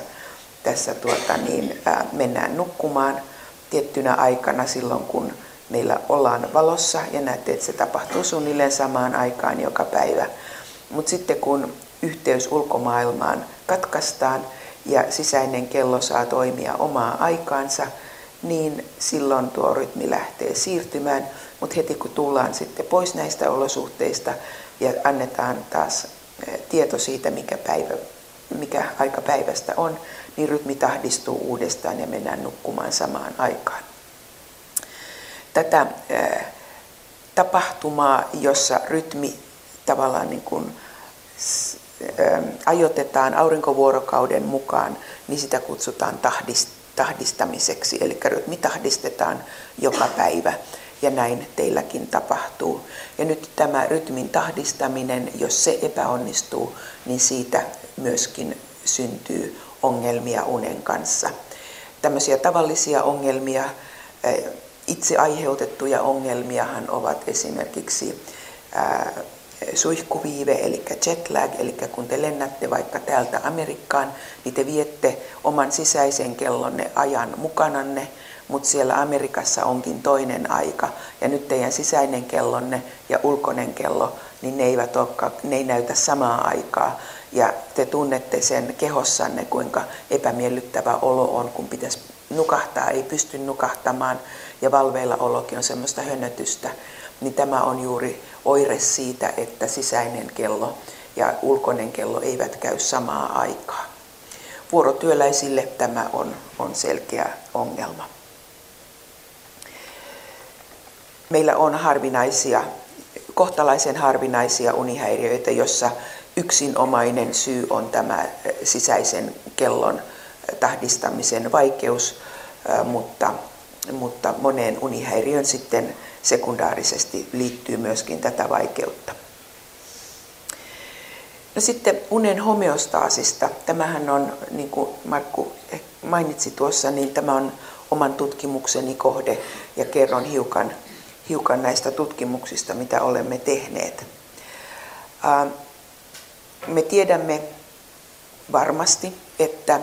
mennään nukkumaan tiettynä aikana silloin, kun meillä ollaan valossa ja näette, että se tapahtuu suunnilleen samaan aikaan joka päivä. Mutta sitten kun yhteys ulkomaailmaan katkaistaan ja sisäinen kello saa toimia omaa aikaansa, niin silloin tuo rytmi lähtee siirtymään. Mutta heti kun tullaan sitten pois näistä olosuhteista ja annetaan taas tieto siitä, mikä aika päivästä on, niin rytmi tahdistuu uudestaan ja mennään nukkumaan samaan aikaan. Tätä tapahtumaa, jossa rytmi tavallaan niin kuin ajoitetaan aurinkovuorokauden mukaan, niin sitä kutsutaan tahdistamiseksi. Eli rytmi tahdistetaan joka päivä ja näin teilläkin tapahtuu. Ja nyt tämä rytmin tahdistaminen, jos se epäonnistuu, niin siitä myöskin syntyy ongelmia unen kanssa. Tämmöisiä tavallisia ongelmia, itse aiheutettuja ongelmiahan ovat esimerkiksi suihkuviive, eli jetlag, eli kun te lennätte vaikka täältä Amerikkaan, niin te viette oman sisäisen kellonne ajan mukananne, mutta siellä Amerikassa onkin toinen aika, ja nyt teidän sisäinen kellonne ja ulkoinen kello, niin ne ei näytä samaa aikaa, ja te tunnette sen kehossanne, kuinka epämiellyttävä olo on, kun pitäisi nukahtaa, ei pysty nukahtamaan, ja valveilla olokin on semmoista hönötystä, niin tämä on juuri oire siitä, että sisäinen kello ja ulkoinen kello eivät käy samaa aikaa. Vuorotyöläisille tämä on selkeä ongelma. Meillä on kohtalaisen harvinaisia unihäiriöitä, jossa yksinomainen syy on tämä sisäisen kellon tahdistamisen vaikeus, mutta moneen unihäiriöön sitten sekundaarisesti liittyy myöskin tätä vaikeutta. No sitten unen homeostaasista. Tämähän on, niin kuin Markku mainitsi tuossa, niin tämä on oman tutkimukseni kohde ja kerron hiukan näistä tutkimuksista, mitä olemme tehneet. Me tiedämme varmasti, että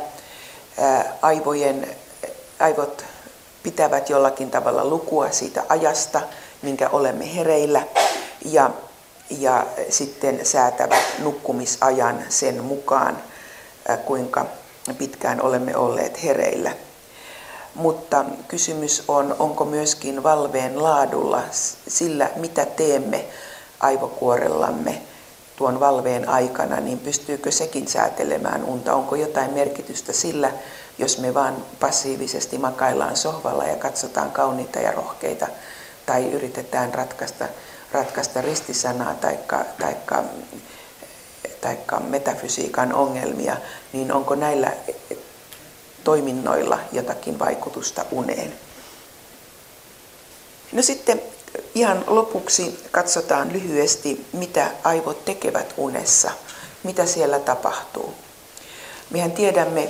aivot pitävät jollakin tavalla lukua siitä ajasta, minkä olemme hereillä, ja sitten säätävät nukkumisajan sen mukaan, kuinka pitkään olemme olleet hereillä. Mutta kysymys on, onko myöskin valveen laadulla sillä, mitä teemme aivokuorellamme tuon valveen aikana, niin pystyykö sekin säätelemään unta? Onko jotain merkitystä sillä, jos me vaan passiivisesti makaillaan sohvalla ja katsotaan kauniita ja rohkeita, tai yritetään ratkaista ristisanaa taikka metafysiikan ongelmia, niin onko näillä toiminnoilla jotakin vaikutusta uneen? No sitten ihan lopuksi katsotaan lyhyesti, mitä aivot tekevät unessa, mitä siellä tapahtuu. Mehän tiedämme,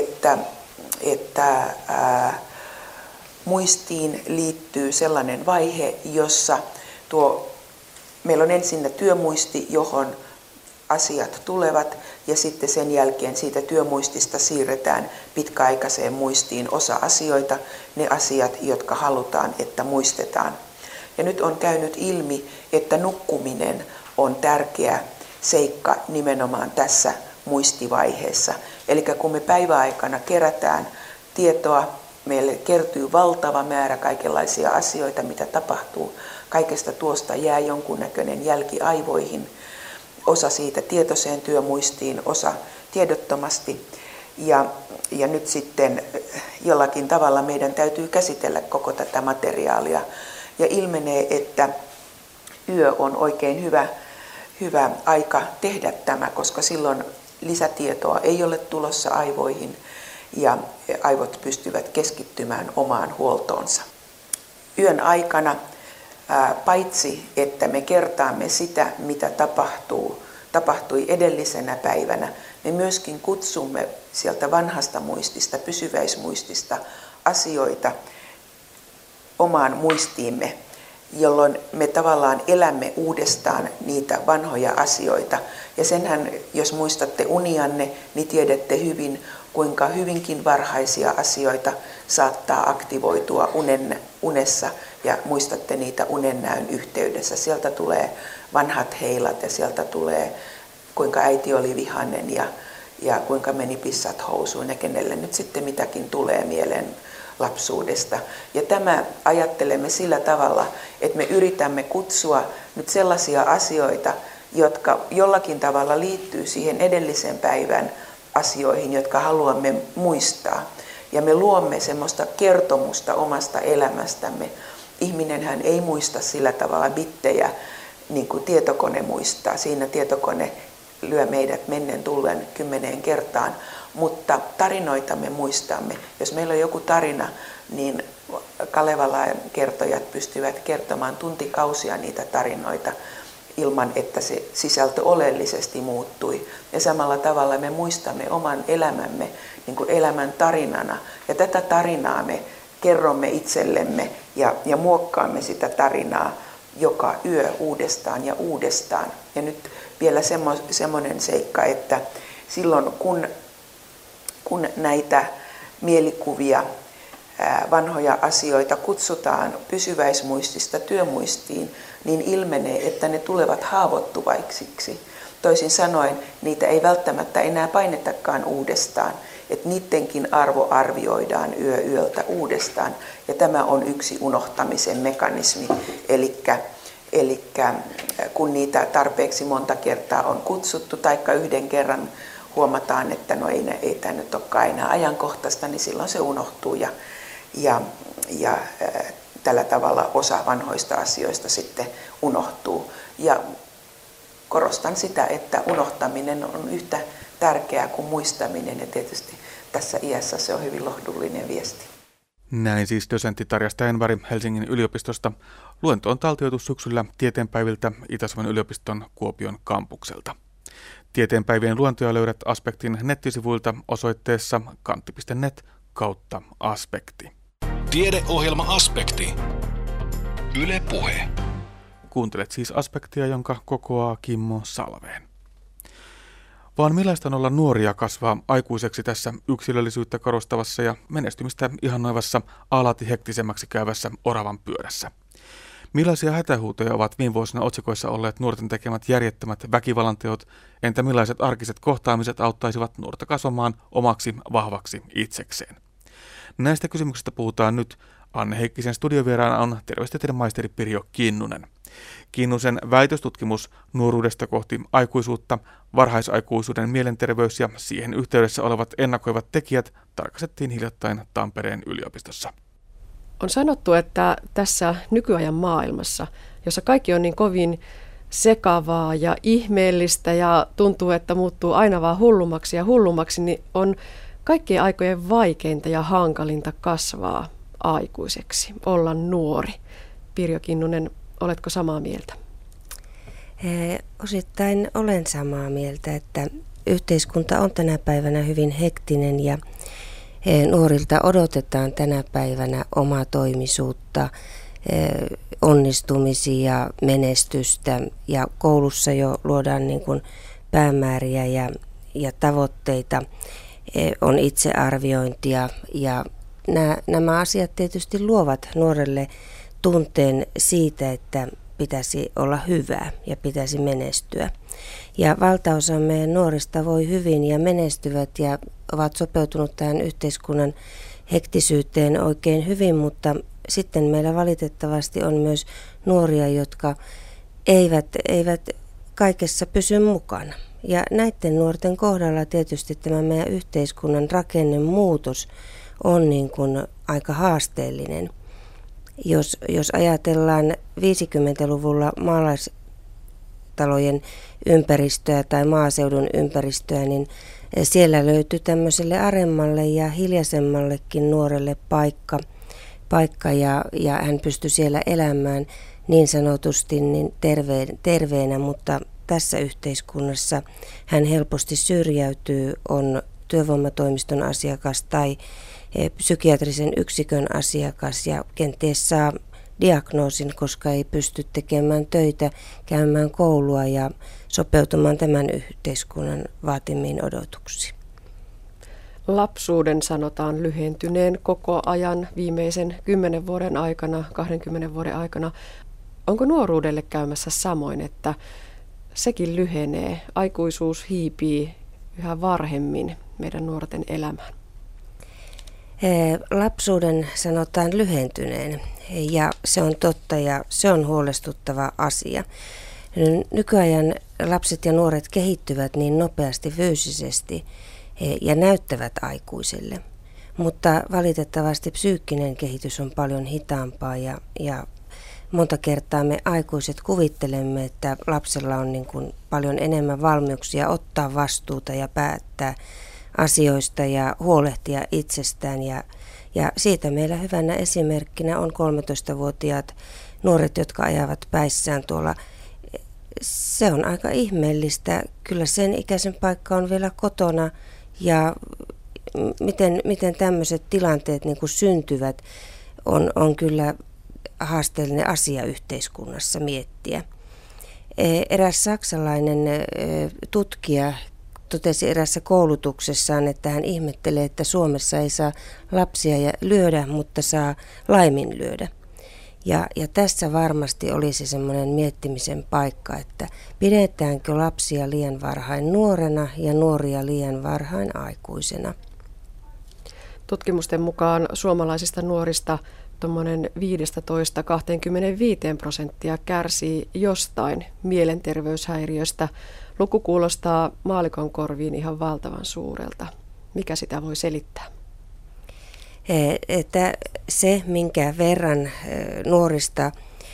että muistiin liittyy sellainen vaihe, jossa meillä on ensin työmuisti, johon asiat tulevat, ja sitten sen jälkeen siitä työmuistista siirretään pitkäaikaiseen muistiin osa asioita, ne asiat, jotka halutaan, että muistetaan. Ja nyt on käynyt ilmi, että nukkuminen on tärkeä seikka nimenomaan tässä muistivaiheessa. Eli kun me päiväaikana kerätään tietoa, meille kertyy valtava määrä kaikenlaisia asioita, mitä tapahtuu. Kaikesta tuosta jää jonkunnäköinen jälki aivoihin, osa siitä tietoiseen työmuistiin, osa tiedottomasti. Ja ja nyt sitten jollakin tavalla meidän täytyy käsitellä koko tätä materiaalia. Ja ilmenee, että yö on oikein hyvä aika tehdä tämä, koska silloin lisätietoa ei ole tulossa aivoihin ja aivot pystyvät keskittymään omaan huoltoonsa. Yön aikana paitsi, että me kertaamme sitä, mitä tapahtui edellisenä päivänä, me myöskin kutsumme sieltä vanhasta muistista, pysyväismuistista asioita omaan muistiimme, jolloin me tavallaan elämme uudestaan niitä vanhoja asioita. Ja senhän, jos muistatte unianne, niin tiedätte hyvin, kuinka hyvinkin varhaisia asioita saattaa aktivoitua unessa ja muistatte niitä unennäön yhteydessä. Sieltä tulee vanhat heilat ja sieltä tulee kuinka äiti oli vihainen ja kuinka meni pissat housuun ja kenelle nyt sitten mitäkin tulee mieleen lapsuudesta. Ja tämä ajattelemme sillä tavalla, että me yritämme kutsua nyt sellaisia asioita, jotka jollakin tavalla liittyy siihen edellisen päivän asioihin, jotka haluamme muistaa. Ja me luomme semmoista kertomusta omasta elämästämme. Ihminenhän ei muista sillä tavalla bittejä, niin kuin tietokone muistaa. Siinä tietokone lyö meidät mennen tullen 10 kertaan, mutta tarinoita me muistamme. Jos meillä on joku tarina, niin Kalevalan kertojat pystyvät kertomaan tuntikausia niitä tarinoita ilman, että se sisältö oleellisesti muuttui. Ja samalla tavalla me muistamme oman elämämme niin kuin elämän tarinana. Ja tätä tarinaa me kerromme itsellemme ja muokkaamme sitä tarinaa joka yö uudestaan ja uudestaan. Ja nyt vielä semmoinen seikka, että silloin kun näitä mielikuvia, vanhoja asioita kutsutaan pysyväismuistista työmuistiin, niin ilmenee, että ne tulevat haavoittuvaisiksi. Toisin sanoen, niitä ei välttämättä enää painetakaan uudestaan, että niidenkin arvo arvioidaan yöltä uudestaan. Ja tämä on yksi unohtamisen mekanismi, eli kun niitä tarpeeksi monta kertaa on kutsuttu, taikka yhden kerran huomataan, että no ei tämä nyt olekaan enää ajankohtaista, niin silloin se unohtuu ja tällä tavalla osa vanhoista asioista sitten unohtuu. Ja korostan sitä, että unohtaminen on yhtä tärkeää kuin muistaminen ja tietysti tässä iässä se on hyvin lohdullinen viesti. Näin siis dosentti Tarja Steenberg Helsingin yliopistosta. Luento on taltioitu syksyllä tieteenpäiviltä Itä-Suomen yliopiston Kuopion kampukselta. Tieteenpäivien luentoja löydät Aspektin nettisivuilta osoitteessa kantti.net/aspekti. Tiedeohjelma Aspekti. Yle Puhe. Kuuntelet siis Aspektia, jonka kokoaa Kimmo Salveen. Vaan millaista on olla nuoria kasvaa aikuiseksi tässä yksilöllisyyttä korostavassa ja menestymistä ihannoivassa alati hektisemmäksi käyvässä oravan pyörässä? Millaisia hätähuutoja ovat viime vuosina otsikoissa olleet nuorten tekemät järjettömät väkivallanteot, entä millaiset arkiset kohtaamiset auttaisivat nuorta kasvamaan omaksi vahvaksi itsekseen? Näistä kysymyksistä puhutaan nyt. Anne Heikkisen studiovieraana on terveystieteiden maisteri Pirjo Kinnunen. Kinnusen väitöstutkimus nuoruudesta kohti aikuisuutta, varhaisaikuisuuden mielenterveys ja siihen yhteydessä olevat ennakoivat tekijät tarkastettiin hiljattain Tampereen yliopistossa. On sanottu, että tässä nykyajan maailmassa, jossa kaikki on niin kovin sekavaa ja ihmeellistä ja tuntuu, että muuttuu aina vaan hullummaksi ja hullummaksi, niin on kaikkien aikojen vaikeinta ja hankalinta kasvaa aikuiseksi, olla nuori. Pirjo Kinnunen, oletko samaa mieltä? Osittain olen samaa mieltä, että yhteiskunta on tänä päivänä hyvin hektinen ja nuorilta odotetaan tänä päivänä omatoimisuutta, onnistumisia, menestystä ja koulussa jo luodaan niin kuin päämääriä ja tavoitteita, on itsearviointia ja nämä asiat tietysti luovat nuorelle tunteen siitä, että pitäisi olla hyvää ja pitäisi menestyä. Ja valtaosa meidän nuorista voi hyvin ja menestyvät ja ovat sopeutunut tähän yhteiskunnan hektisyyteen oikein hyvin, mutta sitten meillä valitettavasti on myös nuoria, jotka eivät kaikessa pysy mukana. Ja näiden nuorten kohdalla tietysti tämä meidän yhteiskunnan rakennemuutos on niin kuin aika haasteellinen. Jos ajatellaan 50-luvulla maalaistalojen ympäristöä tai maaseudun ympäristöä, niin siellä löytyi tämmöiselle aremmalle ja hiljaisemmallekin nuorelle paikka ja hän pystyi siellä elämään niin sanotusti niin terveenä, mutta tässä yhteiskunnassa hän helposti syrjäytyy, on työvoimatoimiston asiakas tai psykiatrisen yksikön asiakas ja kenties saa diagnoosin, koska ei pysty tekemään töitä, käymään koulua ja sopeutumaan tämän yhteiskunnan vaatimiin odotuksiin. Lapsuuden sanotaan lyhentyneen koko ajan viimeisen 10 vuoden aikana, 20 vuoden aikana. Onko nuoruudelle käymässä samoin, että sekin lyhenee, aikuisuus hiipii yhä varhemmin meidän nuorten elämään? Lapsuuden sanotaan lyhentyneen ja se on totta ja se on huolestuttava asia. Nykyajan lapset ja nuoret kehittyvät niin nopeasti fyysisesti ja näyttävät aikuisille, mutta valitettavasti psyykkinen kehitys on paljon hitaampaa ja monta kertaa me aikuiset kuvittelemme, että lapsella on niin kuin paljon enemmän valmiuksia ottaa vastuuta ja päättää asioista ja huolehtia itsestään. Ja siitä meillä hyvänä esimerkkinä on 13-vuotiaat nuoret, jotka ajavat päissään tuolla. Se on aika ihmeellistä. Kyllä sen ikäisen paikka on vielä kotona ja miten tämmöiset tilanteet niin kuin syntyvät on kyllä haasteellinen asia yhteiskunnassa miettiä. Eräs saksalainen tutkija totesi erässä koulutuksessaan, että hän ihmettelee, että Suomessa ei saa lapsia lyödä, mutta saa laiminlyödä. Ja tässä varmasti olisi semmoinen miettimisen paikka, että pidetäänkö lapsia liian varhain nuorena ja nuoria liian varhain aikuisena. Tutkimusten mukaan suomalaisista nuorista tuommoinen 15-25% kärsii jostain mielenterveyshäiriöstä. Luku kuulostaa maallikon korviin ihan valtavan suurelta. Mikä sitä voi selittää? Että se, minkä verran nuorista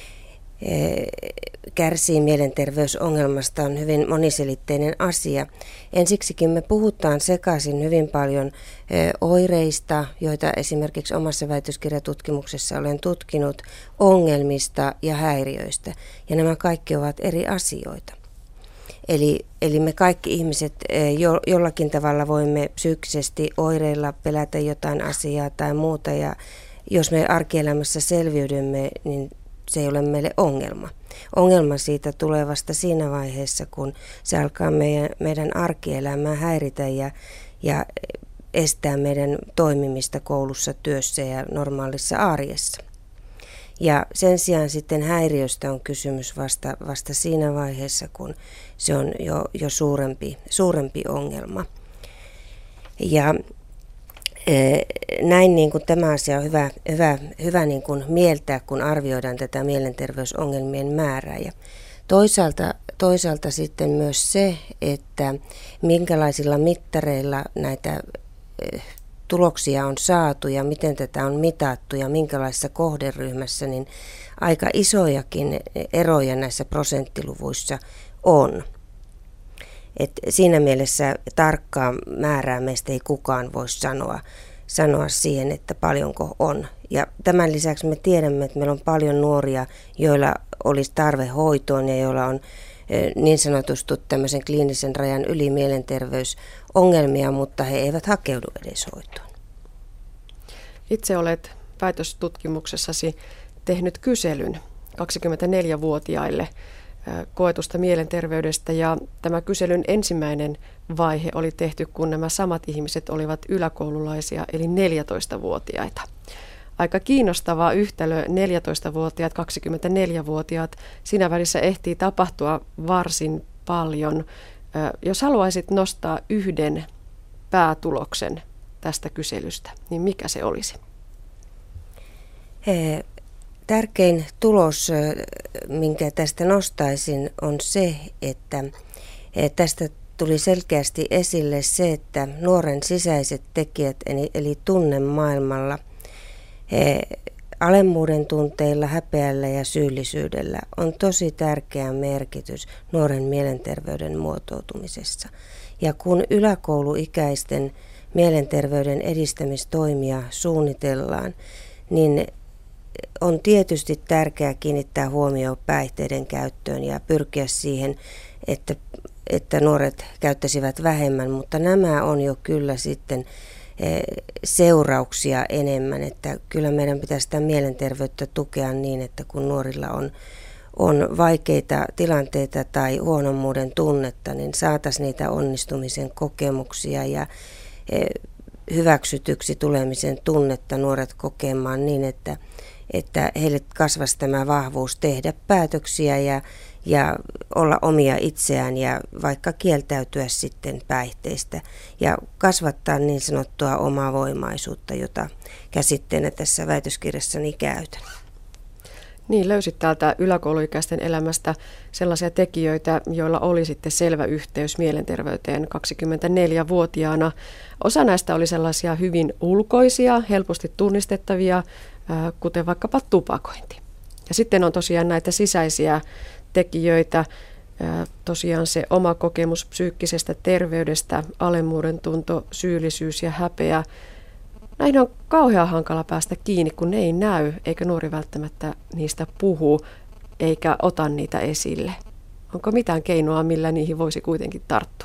kärsii mielenterveysongelmasta, on hyvin moniselitteinen asia. Ensiksikin me puhutaan sekaisin hyvin paljon oireista, joita esimerkiksi omassa väitöskirjatutkimuksessa olen tutkinut, ongelmista ja häiriöistä. Ja nämä kaikki ovat eri asioita. Eli me kaikki ihmiset jollakin tavalla voimme psyykkisesti oireilla, pelätä jotain asiaa tai muuta. Ja jos me arkielämässä selviydymme, niin se ei ole meille ongelma. Ongelma siitä tulee vasta siinä vaiheessa, kun se alkaa meidän arkielämää häiritä ja estää meidän toimimista koulussa, työssä ja normaalissa arjessa. Ja sen sijaan sitten häiriöstä on kysymys vasta siinä vaiheessa, kun se on jo suurempi ongelma. Ja näin niin kuin tämä asia on hyvä niin kuin mieltää, kun arvioidaan tätä mielenterveysongelmien määrää. Ja toisaalta sitten myös se, että minkälaisilla mittareilla näitä tuloksia on saatu ja miten tätä on mitattu ja minkälaisessa kohderyhmässä, niin aika isojakin eroja näissä prosenttiluvuissa on. Et siinä mielessä tarkkaa määrää meistä ei kukaan voi sanoa siihen, että paljonko on. Ja tämän lisäksi me tiedämme, että meillä on paljon nuoria, joilla olisi tarve hoitoon ja joilla on niin sanotusti tämmöisen kliinisen rajan yli mielenterveysongelmia, mutta he eivät hakeudu edes hoitoon. Itse olet väitöstutkimuksessasi tehnyt kyselyn 24-vuotiaille koetusta mielenterveydestä ja tämä kyselyn ensimmäinen vaihe oli tehty, kun nämä samat ihmiset olivat yläkoululaisia eli 14-vuotiaita. Aika kiinnostava yhtälö 14-vuotiaat, 24-vuotiaat. Siinä välissä ehtii tapahtua varsin paljon. Jos haluaisit nostaa yhden päätuloksen tästä kyselystä, niin mikä se olisi? Tärkein tulos, minkä tästä nostaisin, on se, että tästä tuli selkeästi esille se, että nuoren sisäiset tekijät, eli tunnemaailmalla, alemmuuden tunteilla, häpeällä ja syyllisyydellä on tosi tärkeä merkitys nuoren mielenterveyden muotoutumisessa. Ja kun yläkouluikäisten mielenterveyden edistämistoimia suunnitellaan, niin on tietysti tärkeää kiinnittää huomioon päihteiden käyttöön ja pyrkiä siihen, että nuoret käyttäisivät vähemmän, mutta nämä on jo kyllä sitten seurauksia enemmän, että kyllä meidän pitäisi sitä mielenterveyttä tukea niin, että kun nuorilla on vaikeita tilanteita tai huonommuuden tunnetta, niin saataisiin niitä onnistumisen kokemuksia ja hyväksytyksi tulemisen tunnetta nuoret kokemaan niin, että heille kasvaisi tämä vahvuus tehdä päätöksiä ja olla omia itseään ja vaikka kieltäytyä sitten päihteistä ja kasvattaa niin sanottua omaa voimaisuutta, jota käsitteenä tässä väitöskirjassani käytän. Niin, löysit täältä yläkouluikäisten elämästä sellaisia tekijöitä, joilla oli sitten selvä yhteys mielenterveyteen 24-vuotiaana. Osa näistä oli sellaisia hyvin ulkoisia, helposti tunnistettavia, kuten vaikkapa tupakointi. Ja sitten on tosiaan näitä sisäisiä tekijöitä, tosiaan se oma kokemus psyykkisestä terveydestä, alemmuuden tunto, syyllisyys ja häpeä. Näihin on kauhean hankala päästä kiinni, kun ne ei näy, eikä nuori välttämättä niistä puhu, eikä ota niitä esille. Onko mitään keinoa, millä niihin voisi kuitenkin tarttua?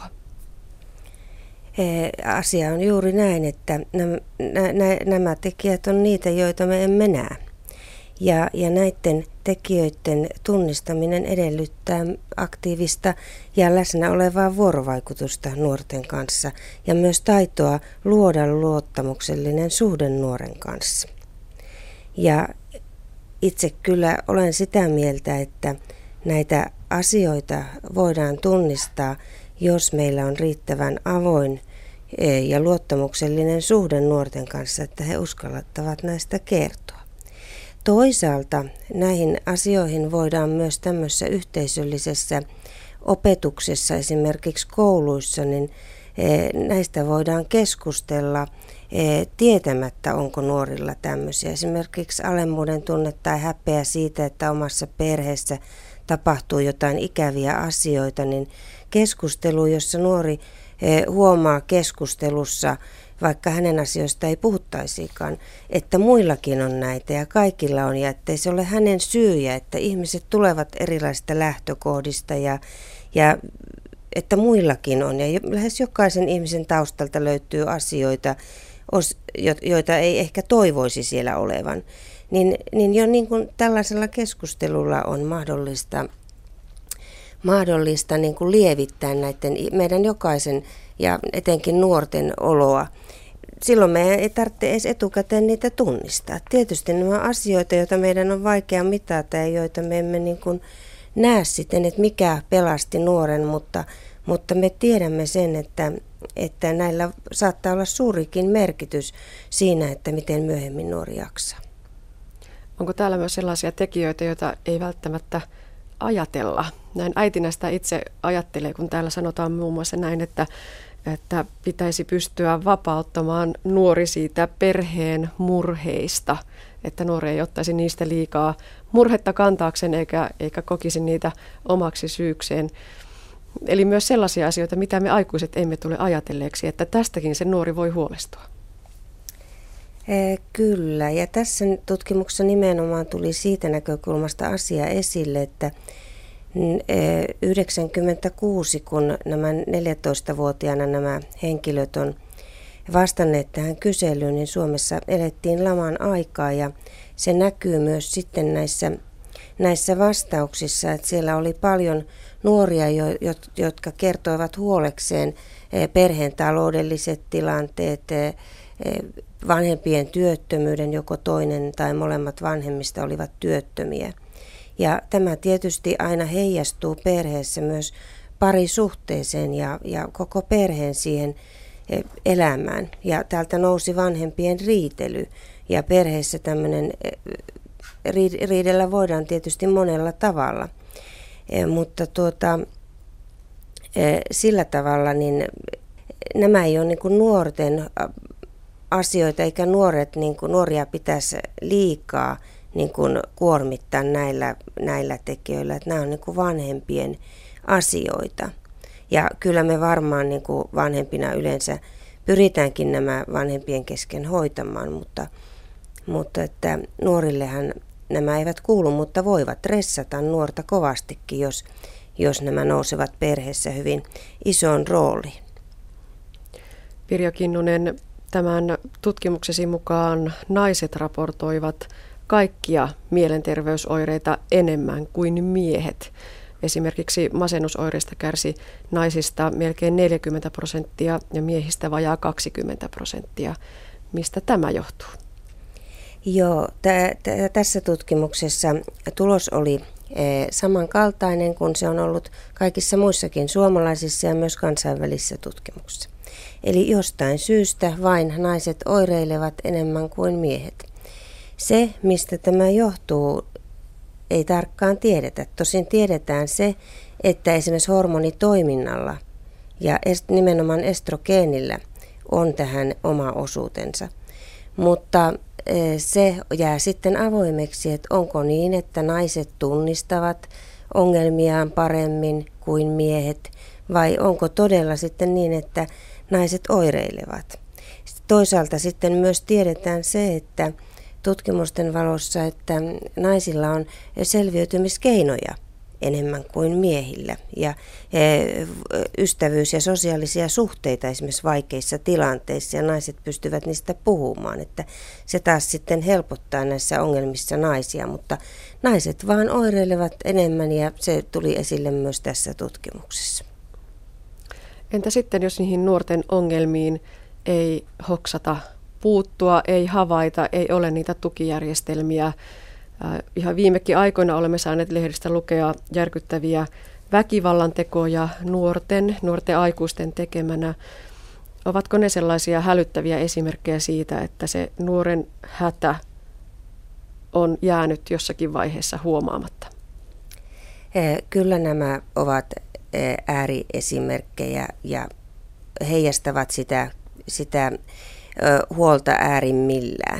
Asia on juuri näin, että nämä tekijät on niitä, joita me emme näe. Ja näiden tekijöiden tunnistaminen edellyttää aktiivista ja läsnä olevaa vuorovaikutusta nuorten kanssa ja myös taitoa luoda luottamuksellinen suhde nuoren kanssa. Ja itse kyllä olen sitä mieltä, että näitä asioita voidaan tunnistaa, jos meillä on riittävän avoin ja luottamuksellinen suhde nuorten kanssa, että he uskaltavat näistä kertoa. Toisaalta näihin asioihin voidaan myös tämmöisessä yhteisöllisessä opetuksessa, esimerkiksi kouluissa, niin näistä voidaan keskustella tietämättä, onko nuorilla tämmöisiä. Esimerkiksi alemmuuden tunne tai häpeä siitä, että omassa perheessä tapahtuu jotain ikäviä asioita, niin keskustelu, jossa nuori huomaa keskustelussa, vaikka hänen asioista ei puhuttaisikaan, että muillakin on näitä ja kaikilla on, ja ettei se ole hänen syyjä, että ihmiset tulevat erilaisista lähtökohdista ja että muillakin on. Ja lähes jokaisen ihmisen taustalta löytyy asioita, joita ei ehkä toivoisi siellä olevan. Niin jo niin kuin tällaisella keskustelulla on mahdollista niin kuin lievittää näiden meidän jokaisen ja etenkin nuorten oloa. Silloin meidän ei tarvitse edes etukäteen niitä tunnistaa. Tietysti nämä asioita, joita meidän on vaikea mitata ja joita me emme niin kuin näe sitten, että mikä pelasti nuoren, mutta me tiedämme sen, että näillä saattaa olla suurikin merkitys siinä, että miten myöhemmin nuori jaksaa. Onko täällä myös sellaisia tekijöitä, joita ei välttämättä ajatella? Näin äitinä sitä itse ajattelee, kun täällä sanotaan muun muassa näin, että pitäisi pystyä vapauttamaan nuori siitä perheen murheista, että nuori ei ottaisi niistä liikaa murhetta kantaakseen eikä kokisi niitä omaksi syykseen. Eli myös sellaisia asioita, mitä me aikuiset emme tule ajatelleeksi, että tästäkin se nuori voi huolestua. Kyllä, ja tässä tutkimuksessa nimenomaan tuli siitä näkökulmasta asia esille, että 1996, kun nämä 14-vuotiaana nämä henkilöt on vastanneet tähän kyselyyn, niin Suomessa elettiin laman aikaa ja se näkyy myös sitten näissä vastauksissa, että siellä oli paljon nuoria, jotka kertoivat huolekseen perheen taloudelliset tilanteet, vanhempien työttömyyden, joko toinen tai molemmat vanhemmista olivat työttömiä. Ja tämä tietysti aina heijastuu perheessä myös parisuhteeseen ja koko perheen siihen elämään. Ja täältä nousi vanhempien riitely ja perheessä tämmöinen riidellä voidaan tietysti monella tavalla. Mutta sillä tavalla, niin nämä ei ole niin kuin nuorten asioita, eikä nuoria pitäisi liikaa niin kuin kuormittaa näillä tekijöillä, että nämä on niin kuin vanhempien asioita. Ja kyllä me varmaan niin kuin vanhempina yleensä pyritäänkin nämä vanhempien kesken hoitamaan, mutta että nuorillehan nämä eivät kuulu, mutta voivat stressata nuorta kovastikin, jos nämä nousevat perheessä hyvin isoon rooliin. Pirjo Kinnunen, tämän tutkimuksesi mukaan naiset raportoivat kaikkia mielenterveysoireita enemmän kuin miehet. Esimerkiksi masennusoireista kärsi naisista melkein 40% ja miehistä vajaa 20%. Mistä tämä johtuu? Joo, tässä tutkimuksessa tulos oli samankaltainen kuin se on ollut kaikissa muissakin suomalaisissa ja myös kansainvälisissä tutkimuksissa. Eli jostain syystä vain naiset oireilevat enemmän kuin miehet. Se, mistä tämä johtuu, ei tarkkaan tiedetä. Tosin tiedetään se, että esimerkiksi hormonitoiminnalla ja nimenomaan estrogeenillä on tähän oma osuutensa. Mutta se jää sitten avoimeksi, että onko niin, että naiset tunnistavat ongelmiaan paremmin kuin miehet, vai onko todella sitten niin, että naiset oireilevat. Toisaalta sitten myös tiedetään se, että tutkimusten valossa, että naisilla on selviytymiskeinoja enemmän kuin miehillä ja ystävyys- ja sosiaalisia suhteita esimerkiksi vaikeissa tilanteissa ja naiset pystyvät niistä puhumaan, että se taas sitten helpottaa näissä ongelmissa naisia, mutta naiset vaan oireilevat enemmän ja se tuli esille myös tässä tutkimuksessa. Entä sitten, jos niihin nuorten ongelmiin ei hoksata puuttua, ei havaita, ei ole niitä tukijärjestelmiä? Ihan viimekin aikoina olemme saaneet lehdistä lukea järkyttäviä väkivallantekoja nuorten aikuisten tekemänä. Ovatko ne sellaisia hälyttäviä esimerkkejä siitä, että se nuoren hätä on jäänyt jossakin vaiheessa huomaamatta? Kyllä nämä ovat ääriesimerkkejä ja heijastavat sitä huolta äärimmillään.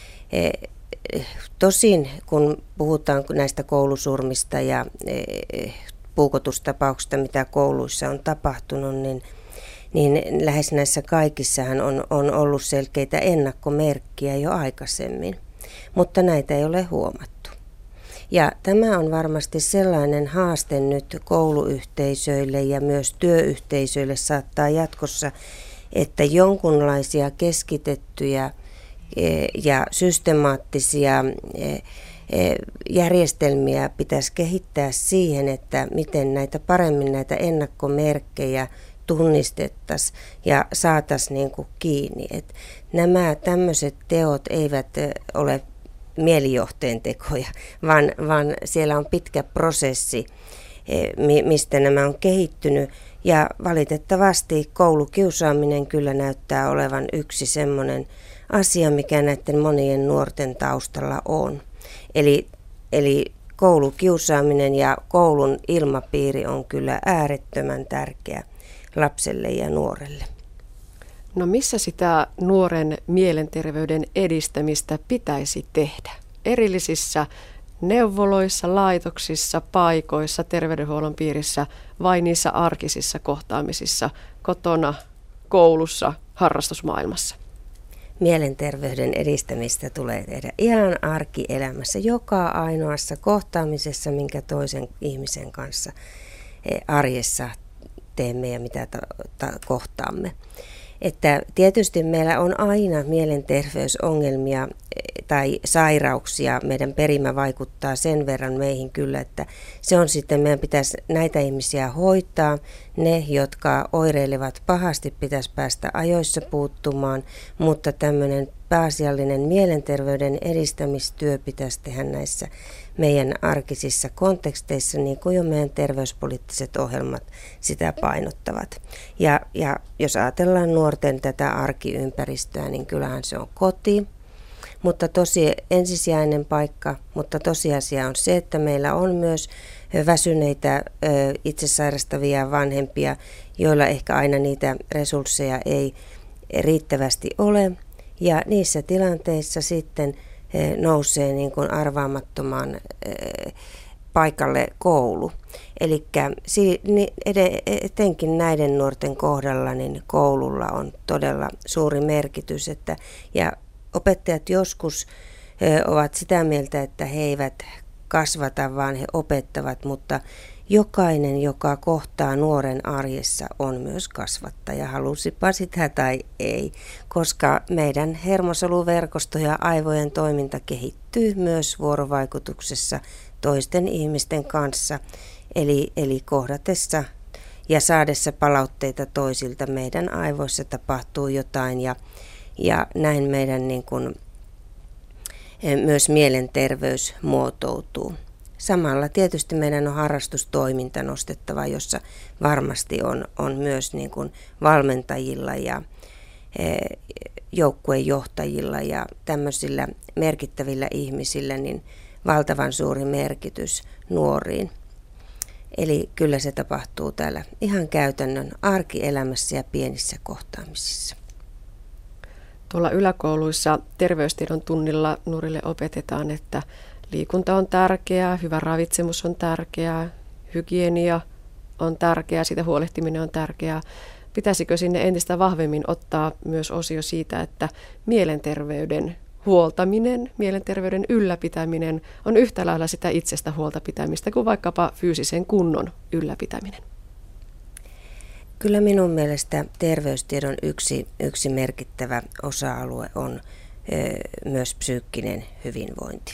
Tosin kun puhutaan näistä koulusurmista ja puukotustapauksista, mitä kouluissa on tapahtunut, niin lähes näissä kaikissahan on ollut selkeitä ennakkomerkkiä jo aikaisemmin, mutta näitä ei ole huomattu. Ja tämä on varmasti sellainen haaste nyt kouluyhteisöille ja myös työyhteisöille saattaa jatkossa, että jonkunlaisia keskitettyjä ja systemaattisia järjestelmiä pitäisi kehittää siihen, että miten paremmin näitä ennakkomerkkejä tunnistettaisiin ja saataisiin niin kuin kiinni. Et nämä tämmöiset teot eivät ole mielijohteen tekoja, vaan siellä on pitkä prosessi, mistä nämä on kehittynyt. Ja valitettavasti koulukiusaaminen kyllä näyttää olevan yksi semmoinen asia, mikä näiden monien nuorten taustalla on. Eli koulukiusaaminen ja koulun ilmapiiri on kyllä äärettömän tärkeä lapselle ja nuorelle. No missä sitä nuoren mielenterveyden edistämistä pitäisi tehdä? Erillisissä neuvoloissa, laitoksissa, paikoissa, terveydenhuollon piirissä vai niissä arkisissa kohtaamisissa, kotona, koulussa, harrastusmaailmassa? Mielenterveyden edistämistä tulee tehdä ihan arkielämässä, joka ainoassa kohtaamisessa, minkä toisen ihmisen kanssa arjessa teemme ja mitä kohtaamme. Että tietysti meillä on aina mielenterveysongelmia tai sairauksia. Meidän perimä vaikuttaa sen verran meihin kyllä, että se on sitten, meidän pitäisi näitä ihmisiä hoitaa. Ne, jotka oireilevat pahasti, pitäisi päästä ajoissa puuttumaan, mutta tämmöinen pääasiallinen mielenterveyden edistämistyö pitäisi tehdä näissä meidän arkisissa konteksteissa, niin kuin jo meidän terveyspoliittiset ohjelmat sitä painottavat. Ja jos ajatellaan nuorten tätä arkiympäristöä, niin kyllähän se on koti, mutta ensisijainen paikka, mutta tosiasia on se, että meillä on myös väsyneitä, itse sairastavia vanhempia, joilla ehkä aina niitä resursseja ei riittävästi ole. Ja niissä tilanteissa sitten nousee niin kuin arvaamattoman paikalle koulu. Eli etenkin näiden nuorten kohdalla niin koululla on todella suuri merkitys. Ja opettajat joskus ovat sitä mieltä, että he eivät kasvata, vaan he opettavat, mutta jokainen, joka kohtaa nuoren arjessa, on myös kasvattaja, halusipa sitä tai ei, koska meidän hermosoluverkosto ja aivojen toiminta kehittyy myös vuorovaikutuksessa toisten ihmisten kanssa, eli kohdatessa ja saadessa palautteita toisilta meidän aivoissa tapahtuu jotain ja näin meidän niin kuin, myös mielenterveys muotoutuu. Samalla tietysti meidän on harrastustoiminta nostettava, jossa varmasti on myös niin kuin valmentajilla ja joukkuejohtajilla ja tämmöisillä merkittävillä ihmisillä niin valtavan suuri merkitys nuoriin. Eli kyllä se tapahtuu täällä ihan käytännön arkielämässä ja pienissä kohtaamisissa. Tuolla yläkouluissa terveystiedon tunnilla nuorille opetetaan, että liikunta on tärkeää, hyvä ravitsemus on tärkeää, hygienia on tärkeää, siitä huolehtiminen on tärkeää. Pitäisikö sinne entistä vahvemmin ottaa myös osio siitä, että mielenterveyden huoltaminen, mielenterveyden ylläpitäminen on yhtä lailla sitä itsestä huolta pitämistä kuin vaikkapa fyysisen kunnon ylläpitäminen? Kyllä minun mielestä terveystiedon yksi merkittävä osa-alue on myös psyykkinen hyvinvointi.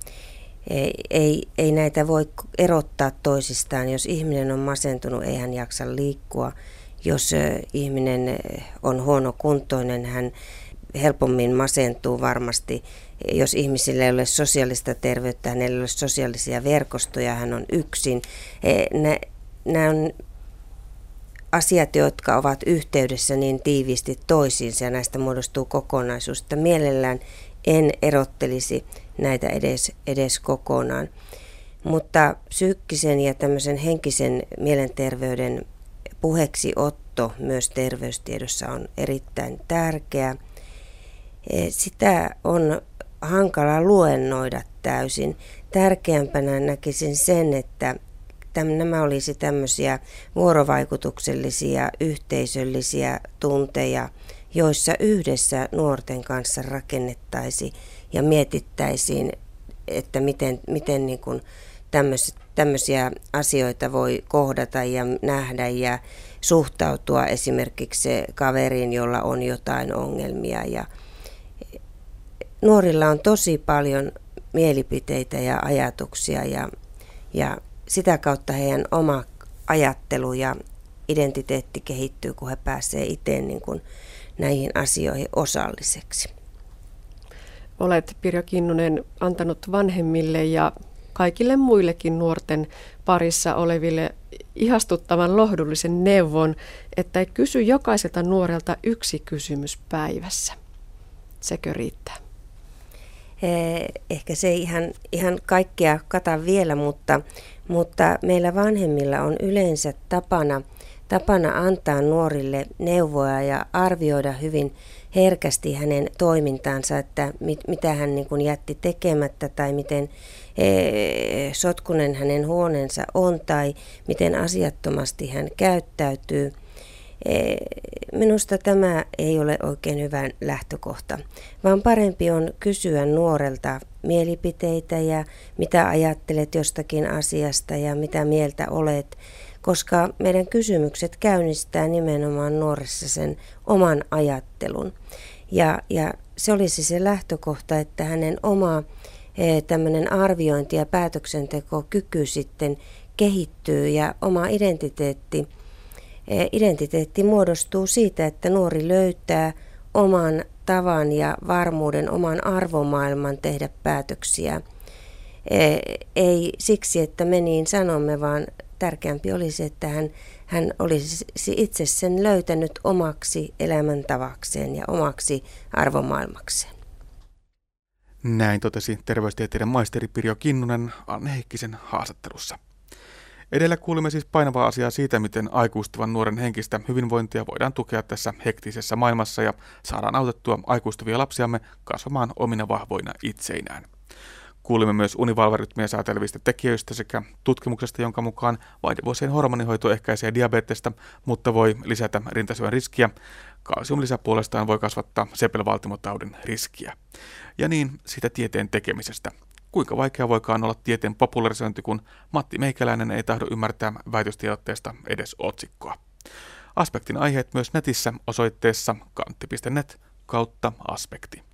Ei näitä voi erottaa toisistaan. Jos ihminen on masentunut, ei hän jaksa liikkua. Jos ihminen on huonokuntoinen, hän helpommin masentuu varmasti. Jos ihmisillä ei ole sosiaalista terveyttä, hänellä ei ole sosiaalisia verkostoja, hän on yksin. Nämä on asiat, jotka ovat yhteydessä niin tiiviisti toisiinsa ja näistä muodostuu kokonaisuus, että mielellään en erottelisi näitä edes kokonaan. Mutta psyykkisen ja tämmöisen henkisen mielenterveyden puheeksiotto myös terveystiedossa on erittäin tärkeä. Sitä on hankala luennoida täysin. Tärkeämpänä näkisin sen, että nämä olisi tämmöisiä vuorovaikutuksellisia, yhteisöllisiä tunteja, joissa yhdessä nuorten kanssa rakennettaisiin ja mietittäisiin, että miten niin kuin tämmöisiä asioita voi kohdata ja nähdä ja suhtautua esimerkiksi kaveriin, jolla on jotain ongelmia. Ja nuorilla on tosi paljon mielipiteitä ja ajatuksia ja sitä kautta heidän oma ajattelu ja identiteetti kehittyy, kun he pääsevät itse niin kuin näihin asioihin osalliseksi. Olet, Pirjo Kinnunen, antanut vanhemmille ja kaikille muillekin nuorten parissa oleville ihastuttavan lohdullisen neuvon, että kysy jokaiselta nuorelta yksi kysymys päivässä. Sekö riittää? Ehkä se ei ihan kaikkea kata vielä, mutta meillä vanhemmilla on yleensä tapana antaa nuorille neuvoja ja arvioida hyvin herkästi hänen toimintaansa, että mitä hän niin kuin jätti tekemättä tai miten sotkunen hänen huoneensa on tai miten asiattomasti hän käyttäytyy. Minusta tämä ei ole oikein hyvä lähtökohta, vaan parempi on kysyä nuorelta mielipiteitä ja mitä ajattelet jostakin asiasta ja mitä mieltä olet, koska meidän kysymykset käynnistää nimenomaan nuoressa sen oman ajattelun. Ja se olisi se lähtökohta, että hänen oma tämmöinen arviointi ja päätöksentekokyky sitten kehittyy ja oma identiteetti muodostuu siitä, että nuori löytää oman tavan ja varmuuden, oman arvomaailman tehdä päätöksiä. Ei siksi, että me niin sanomme, vaan tärkeämpi olisi, että hän olisi itse sen löytänyt omaksi elämäntavakseen ja omaksi arvomaailmakseen. Näin totesi terveystieteiden maisteri Pirjo Kinnunen Anne Heikkisen haastattelussa. Edellä kuulimme siis painavaa asiaa siitä, miten aikuistuvan nuoren henkistä hyvinvointia voidaan tukea tässä hektisessä maailmassa ja saadaan autettua aikuistuvia lapsiamme kasvamaan omina vahvoina itseinään. Kuulimme myös univalvarytmiä säätelevistä tekijöistä sekä tutkimuksesta, jonka mukaan vaihdevuosien hormonihoito ehkäisee diabetesta, mutta voi lisätä rintasyövän riskiä. Kalsiumlisä puolestaan voi kasvattaa sepelvaltimotaudin riskiä. Ja niin siitä tieteen tekemisestä. Kuinka vaikea voikaan olla tieteen popularisointi, kun Matti Meikäläinen ei tahdo ymmärtää väitöstiedotteesta edes otsikkoa. Aspektin aiheet myös netissä osoitteessa kantti.net/aspekti.